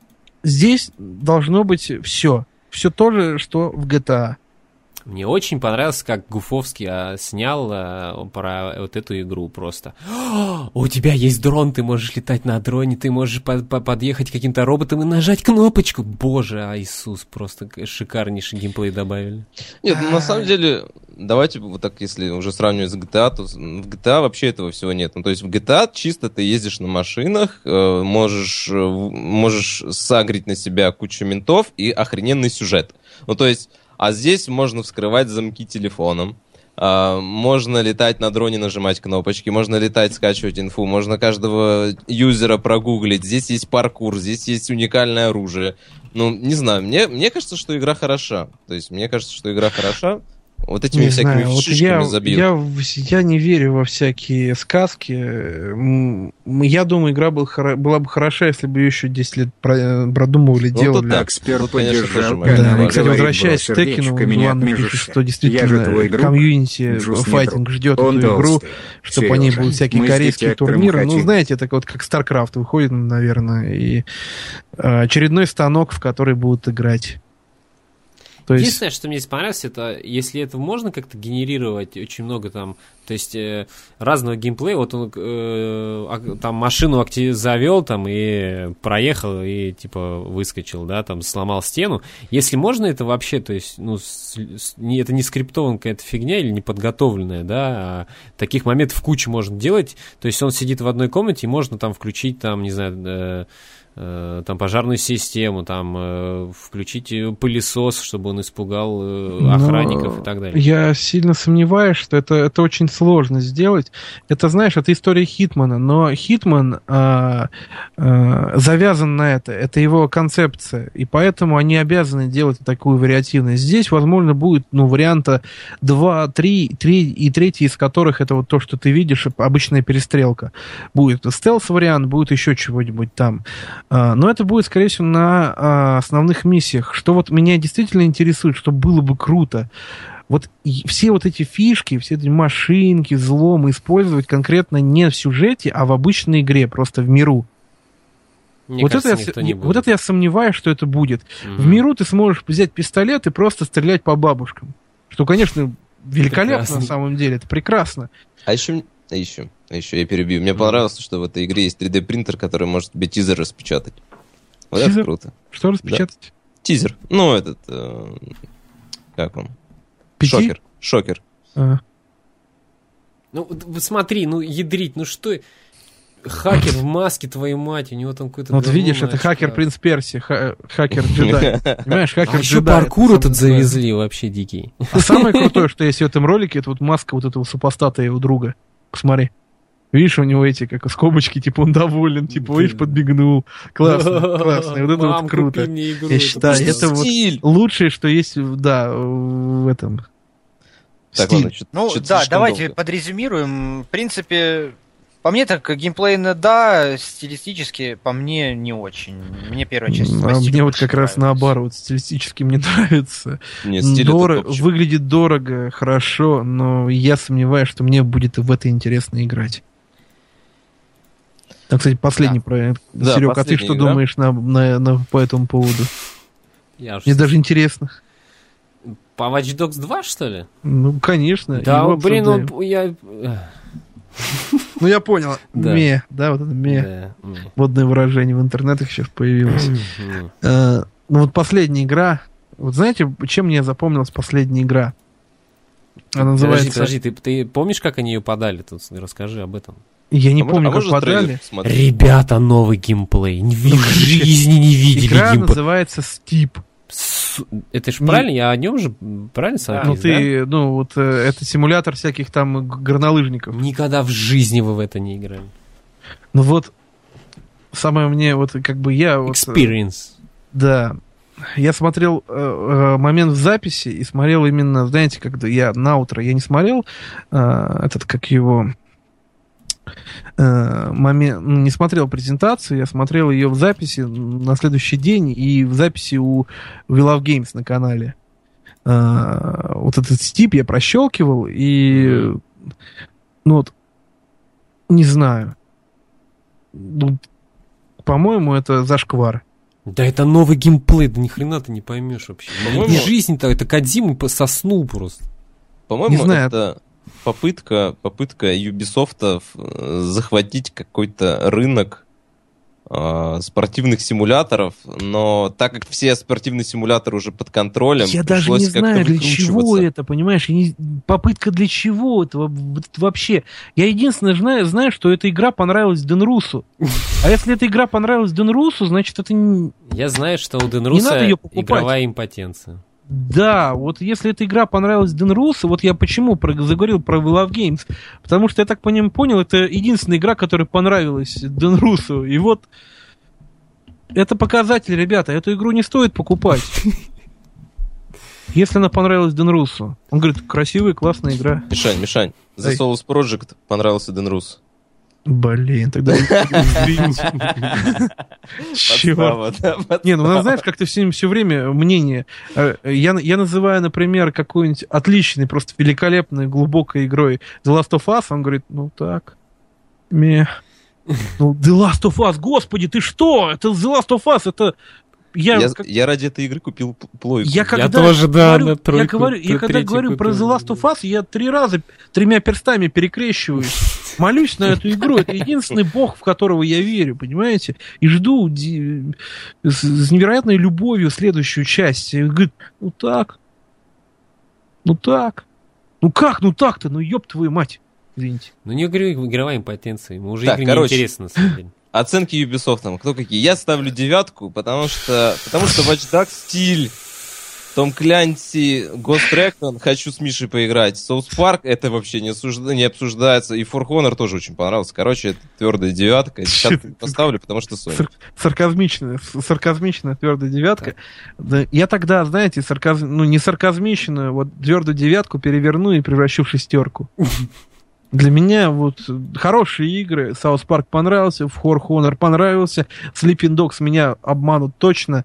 здесь должно быть все. Все то же, что в джи ти эй. Мне очень понравилось, как Гуфовский а, снял а, про вот эту игру просто. «О, у тебя есть дрон, ты можешь летать на дроне, ты можешь по- по- подъехать к каким-то роботам и нажать кнопочку. Боже, а Иисус, просто шикарнейший геймплей добавили. Нет, ну, на самом деле, давайте вот так, если уже сравнивать с джи ти эй, то в джи ти эй вообще этого всего нет. Ну, то есть в джи ти эй чисто ты ездишь на машинах, э, можешь, э, можешь сагрить на себя кучу ментов и охрененный сюжет. Ну, то есть, а здесь можно вскрывать замки телефоном, э, можно летать на дроне, нажимать кнопочки, можно летать, скачивать инфу, можно каждого юзера прогуглить. Здесь есть паркур, здесь есть уникальное оружие. Ну, не знаю, мне, мне кажется, что игра хороша. То есть, мне кажется, что игра хороша. Вот этими Не всякими знаю, вот фишечками я, забьют. я, в- я не верю во всякие сказки. М, Я думаю, игра был, хоро- была бы хороша, если бы ее еще десять лет про- продумывали, Ну, делали. тут так. Эксперт Тут, конечно, поддержал тоже канал. Да, и, Канал, кстати, Говорит, возвращаясь к бро, Текину, сердечками не Иван пишет, отмежешься. что Я же действительно твой друг, комьюнити Джуз не файтинг друг. ждет Он эту игру, толстый. что по ней Сережа, будут всякие мы с корейские детектором турниры. Ну, хотим. знаете, это вот как StarCraft выходит, наверное, и э, очередной станок, в который будут играть. То есть, Единственное, что мне здесь понравилось, это если это можно как-то генерировать очень много там, то есть э, разного геймплея, вот он э, а- там машину актив завел там и проехал и типа выскочил, да, там сломал стену. Если можно это вообще, то есть, ну, с- с- не, это не скриптованная какая-то фигня или не подготовленная, да, а таких моментов кучу можно делать, то есть он сидит в одной комнате и можно там включить там, не знаю, э, э, там пожарную систему, там э, включить э, пылесос, чтобы он испугал э, Но охранников и так далее. Я сильно сомневаюсь, что это, это очень сложно сделать. Это, знаешь, это история Хитмана, но Хитман э, э, завязан на это, это его концепция, и поэтому они обязаны делать такую вариативность. Здесь, возможно, будет, ну, варианта два, три, три, и третий из которых это вот то, что ты видишь, обычная перестрелка. Будет стелс-вариант, будет еще чего-нибудь там. Э, но это будет, скорее всего, на э, основных миссиях. Что вот меня действительно интересует, что было бы круто, вот и все вот эти фишки, все эти машинки, взломы использовать конкретно не в сюжете, а в обычной игре, просто в миру. Мне Вот, кажется, это никто я, не вот будет. это я сомневаюсь, что это будет. Мгм. В миру ты сможешь взять пистолет и просто стрелять по бабушкам. Что, конечно, великолепно Прекрасно. на самом деле, это прекрасно. А еще, а еще, а еще я перебью. Мне понравилось, что в этой игре есть три дэ принтер, который может тебе тизер распечатать. Вот это Тизер? круто. Что распечатать? Тизер. Ну, этот... э, как он? Пяти? Шокер. Шокер. А. Ну, вот вот смотри, ну, ядрить, ну что... Хакер в маске, твою мать, у него там какой-то... Вот говно видишь, на это очках. хакер Принц Перси, ха- хакер джедай. Понимаешь, хакер А еще джедай. паркур это тут самое завезли вообще дикий. А самое крутое, что есть в этом ролике, это вот маска вот этого супостата его друга. Посмотри. Видишь, у него эти, как скобочки, типа он доволен, типа, видишь, подбегнул. Классно, классно. И вот это Мам, вот круто. купи мне игру, Я это считаю, просто это вот Стиль! лучшее, что есть, да, в этом. Так, Стиль. ладно, чё- Ну чё-то да, слишком давайте долго. подрезюмируем. В принципе, по мне так геймплейно да, стилистически по мне не очень. Мне первая часть А по стилю мне вот больше как раз нравилась. наоборот, стилистически мне нравится. Нет, стиль это Дор- топчик. Выглядит дорого, хорошо, но я сомневаюсь, что мне будет в это интересно играть. Так, кстати, последний Да. проект. Да, Серег, а ты последняя что игра. думаешь на, на- на- по этому поводу? Я уж- Мне даже интересно. По Watch Dogs два, что ли? Ну, конечно. Да, его блин, обсуждаем. он, я... Ну, я понял. Да. Ме, да, вот это ме. Да, м. Модное выражение в интернетах сейчас появилось. М. Э, Ну, вот последняя игра. Вот знаете, чем мне запомнилась последняя игра? Она называется... Подожди, подожди, ты, ты помнишь, как они ее подали? Тут расскажи об этом. Я не а помню, а как подали. Ребята, новый геймплей. В жизни не видели Игра геймплей. называется Steep. С... Это ж правильно? Я о нем же правильно сам Ну, ты, ну, вот э, это симулятор всяких там горнолыжников. Никогда в жизни вы в это не играли. Ну вот, самое мне, вот как бы я... Вот, Experience. Да. Я смотрел э, э, момент в записи и смотрел именно, знаете, когда я на утро, я не смотрел э, этот, как его... момент, не смотрел презентацию, я смотрел ее в записи на следующий день и в записи у We Love Games на канале. А, вот этот стип я прощелкивал и mm-hmm. ну вот не знаю. Ну, по-моему, это зашквар. Да это новый геймплей, да ни хрена ты не поймешь вообще. По-моему, жизнь-то это Кодзима соснул просто. По-моему, не знаю. это попытка, попытка Ubisoft захватить какой-то рынок э, спортивных симуляторов, но так как все спортивные симуляторы уже под контролем, я даже не знаю, для чего это, понимаешь? Не... Попытка для чего это, это вообще? Я единственное знаю, знаю, что эта игра понравилась Денрусу. А если эта игра понравилась Денрусу, значит это не... Я знаю, что у Денруса игровая импотенция. Да, вот если эта игра понравилась Денрусу, вот я почему про, заговорил про We Love Games, потому что я так по ним понял, это единственная игра, которая понравилась Денрусу, и вот это показатель, ребята, эту игру не стоит покупать, если она понравилась Денрусу. Он говорит, красивая, классная игра. Мишань, Мишань, The Solus Project понравился Денрус. Блин, тогда извините. Черт. Не, ну, ну знаешь, как ты все, все время мнение. Я, я называю, например, какой-нибудь отличной, просто великолепной, глубокой игрой The Last of Us, он говорит, ну так, мeh. Ну, The Last of Us, господи, ты что? Это The Last of Us, это... Я, я, как... я ради этой игры купил плойку. Я, когда я тоже, да, говорю, на тройку. Я, говорю, я когда говорю про The Last of Us, я три раза тремя перстами перекрещиваюсь. Молюсь на эту игру. Это единственный бог, в которого я верю, понимаете? И жду ди... с, с невероятной любовью следующую часть. И говорит, ну так. Ну так. Ну как, ну так-то? Ну ёб твою мать. Извините. Ну не говорю, игровая импотенция. Ему уже так, игры короче, неинтересны, на самом деле. Оценки Ubisoft там, кто какие? Я ставлю девятку, потому что, потому что Watch Dogs стиль, Том Клянси, Ghost Recon, хочу с Мишей поиграть, South Park, это вообще не, осужда... не обсуждается, и For Honor тоже очень понравился. Короче, это твердая девятка, десятку поставлю, потому что Sony. Сар- сарказмичная, сарказмичная твердая девятка. Да, я тогда, знаете, сарказ... ну не сарказмичную, вот твердую девятку переверну и превращу в шестерку. Для меня вот хорошие игры. South Park понравился, For Honor понравился, Sleeping Dogs меня обманут точно.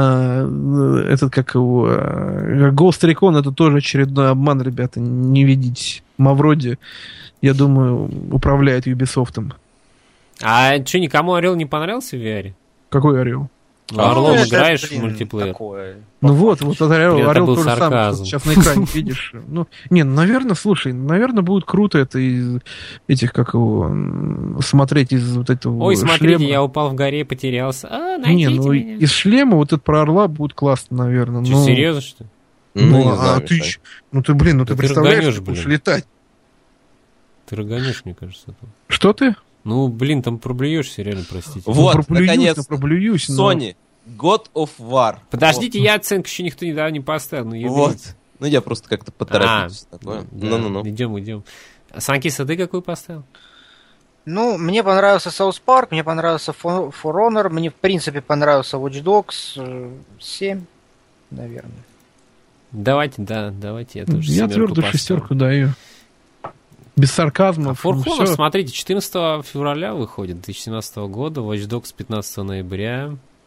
Этот, как его, Ghost Recon, это тоже очередной обман, ребята, не ведитесь. Мавроди, я думаю, управляет Ubisoft. А что, никому Орел не понравился в ви ар? Какой Орел? Ну, Орлом ну, играешь блин, в мультиплеер. Такое. Ну вот, вот это Орел, это Орел был то же самое, сарказм. что сейчас на экране видишь. Ну, не, ну, наверное, слушай, наверное, будет круто это из этих, как его, смотреть из вот этого Ой, смотрите, шлема. я упал в горе, потерялся. А, найдите Не, ну меня. из шлема вот этот про Орла будет классно, наверное. Что, но... серьезно, что ли? Ну, Ну, не а знаю, ты, Мишань. ч- ну ты, блин, ну Да ты ты представляешь, рыганешь, что будешь блин. летать. Ты рыганешь, мне кажется. Там. Что ты? Ну, блин, там проблюешься, реально, простите. Вот, ну, проплююсь, наконец, ну, проплююсь, но- Sony, God of War. Подождите, я оценку еще никто недавно не поставил. Ну, Вот. вот. Ну, я просто как-то поторопился. А, такое. да, Ну-ну-ну. идем, идем. А Санкис, а ты какой поставил? Ну, мне понравился South Park, мне понравился For For Honor, мне, в принципе, понравился Watch Dogs. семь, наверное. Давайте, да, давайте я тоже Я семерку твердую поставлю. шестерку даю. Без сарказма. А For ну, Honor, всё. смотрите, четырнадцатого февраля выходит две тысячи семнадцатого года, Watch Dogs пятнадцатого ноября.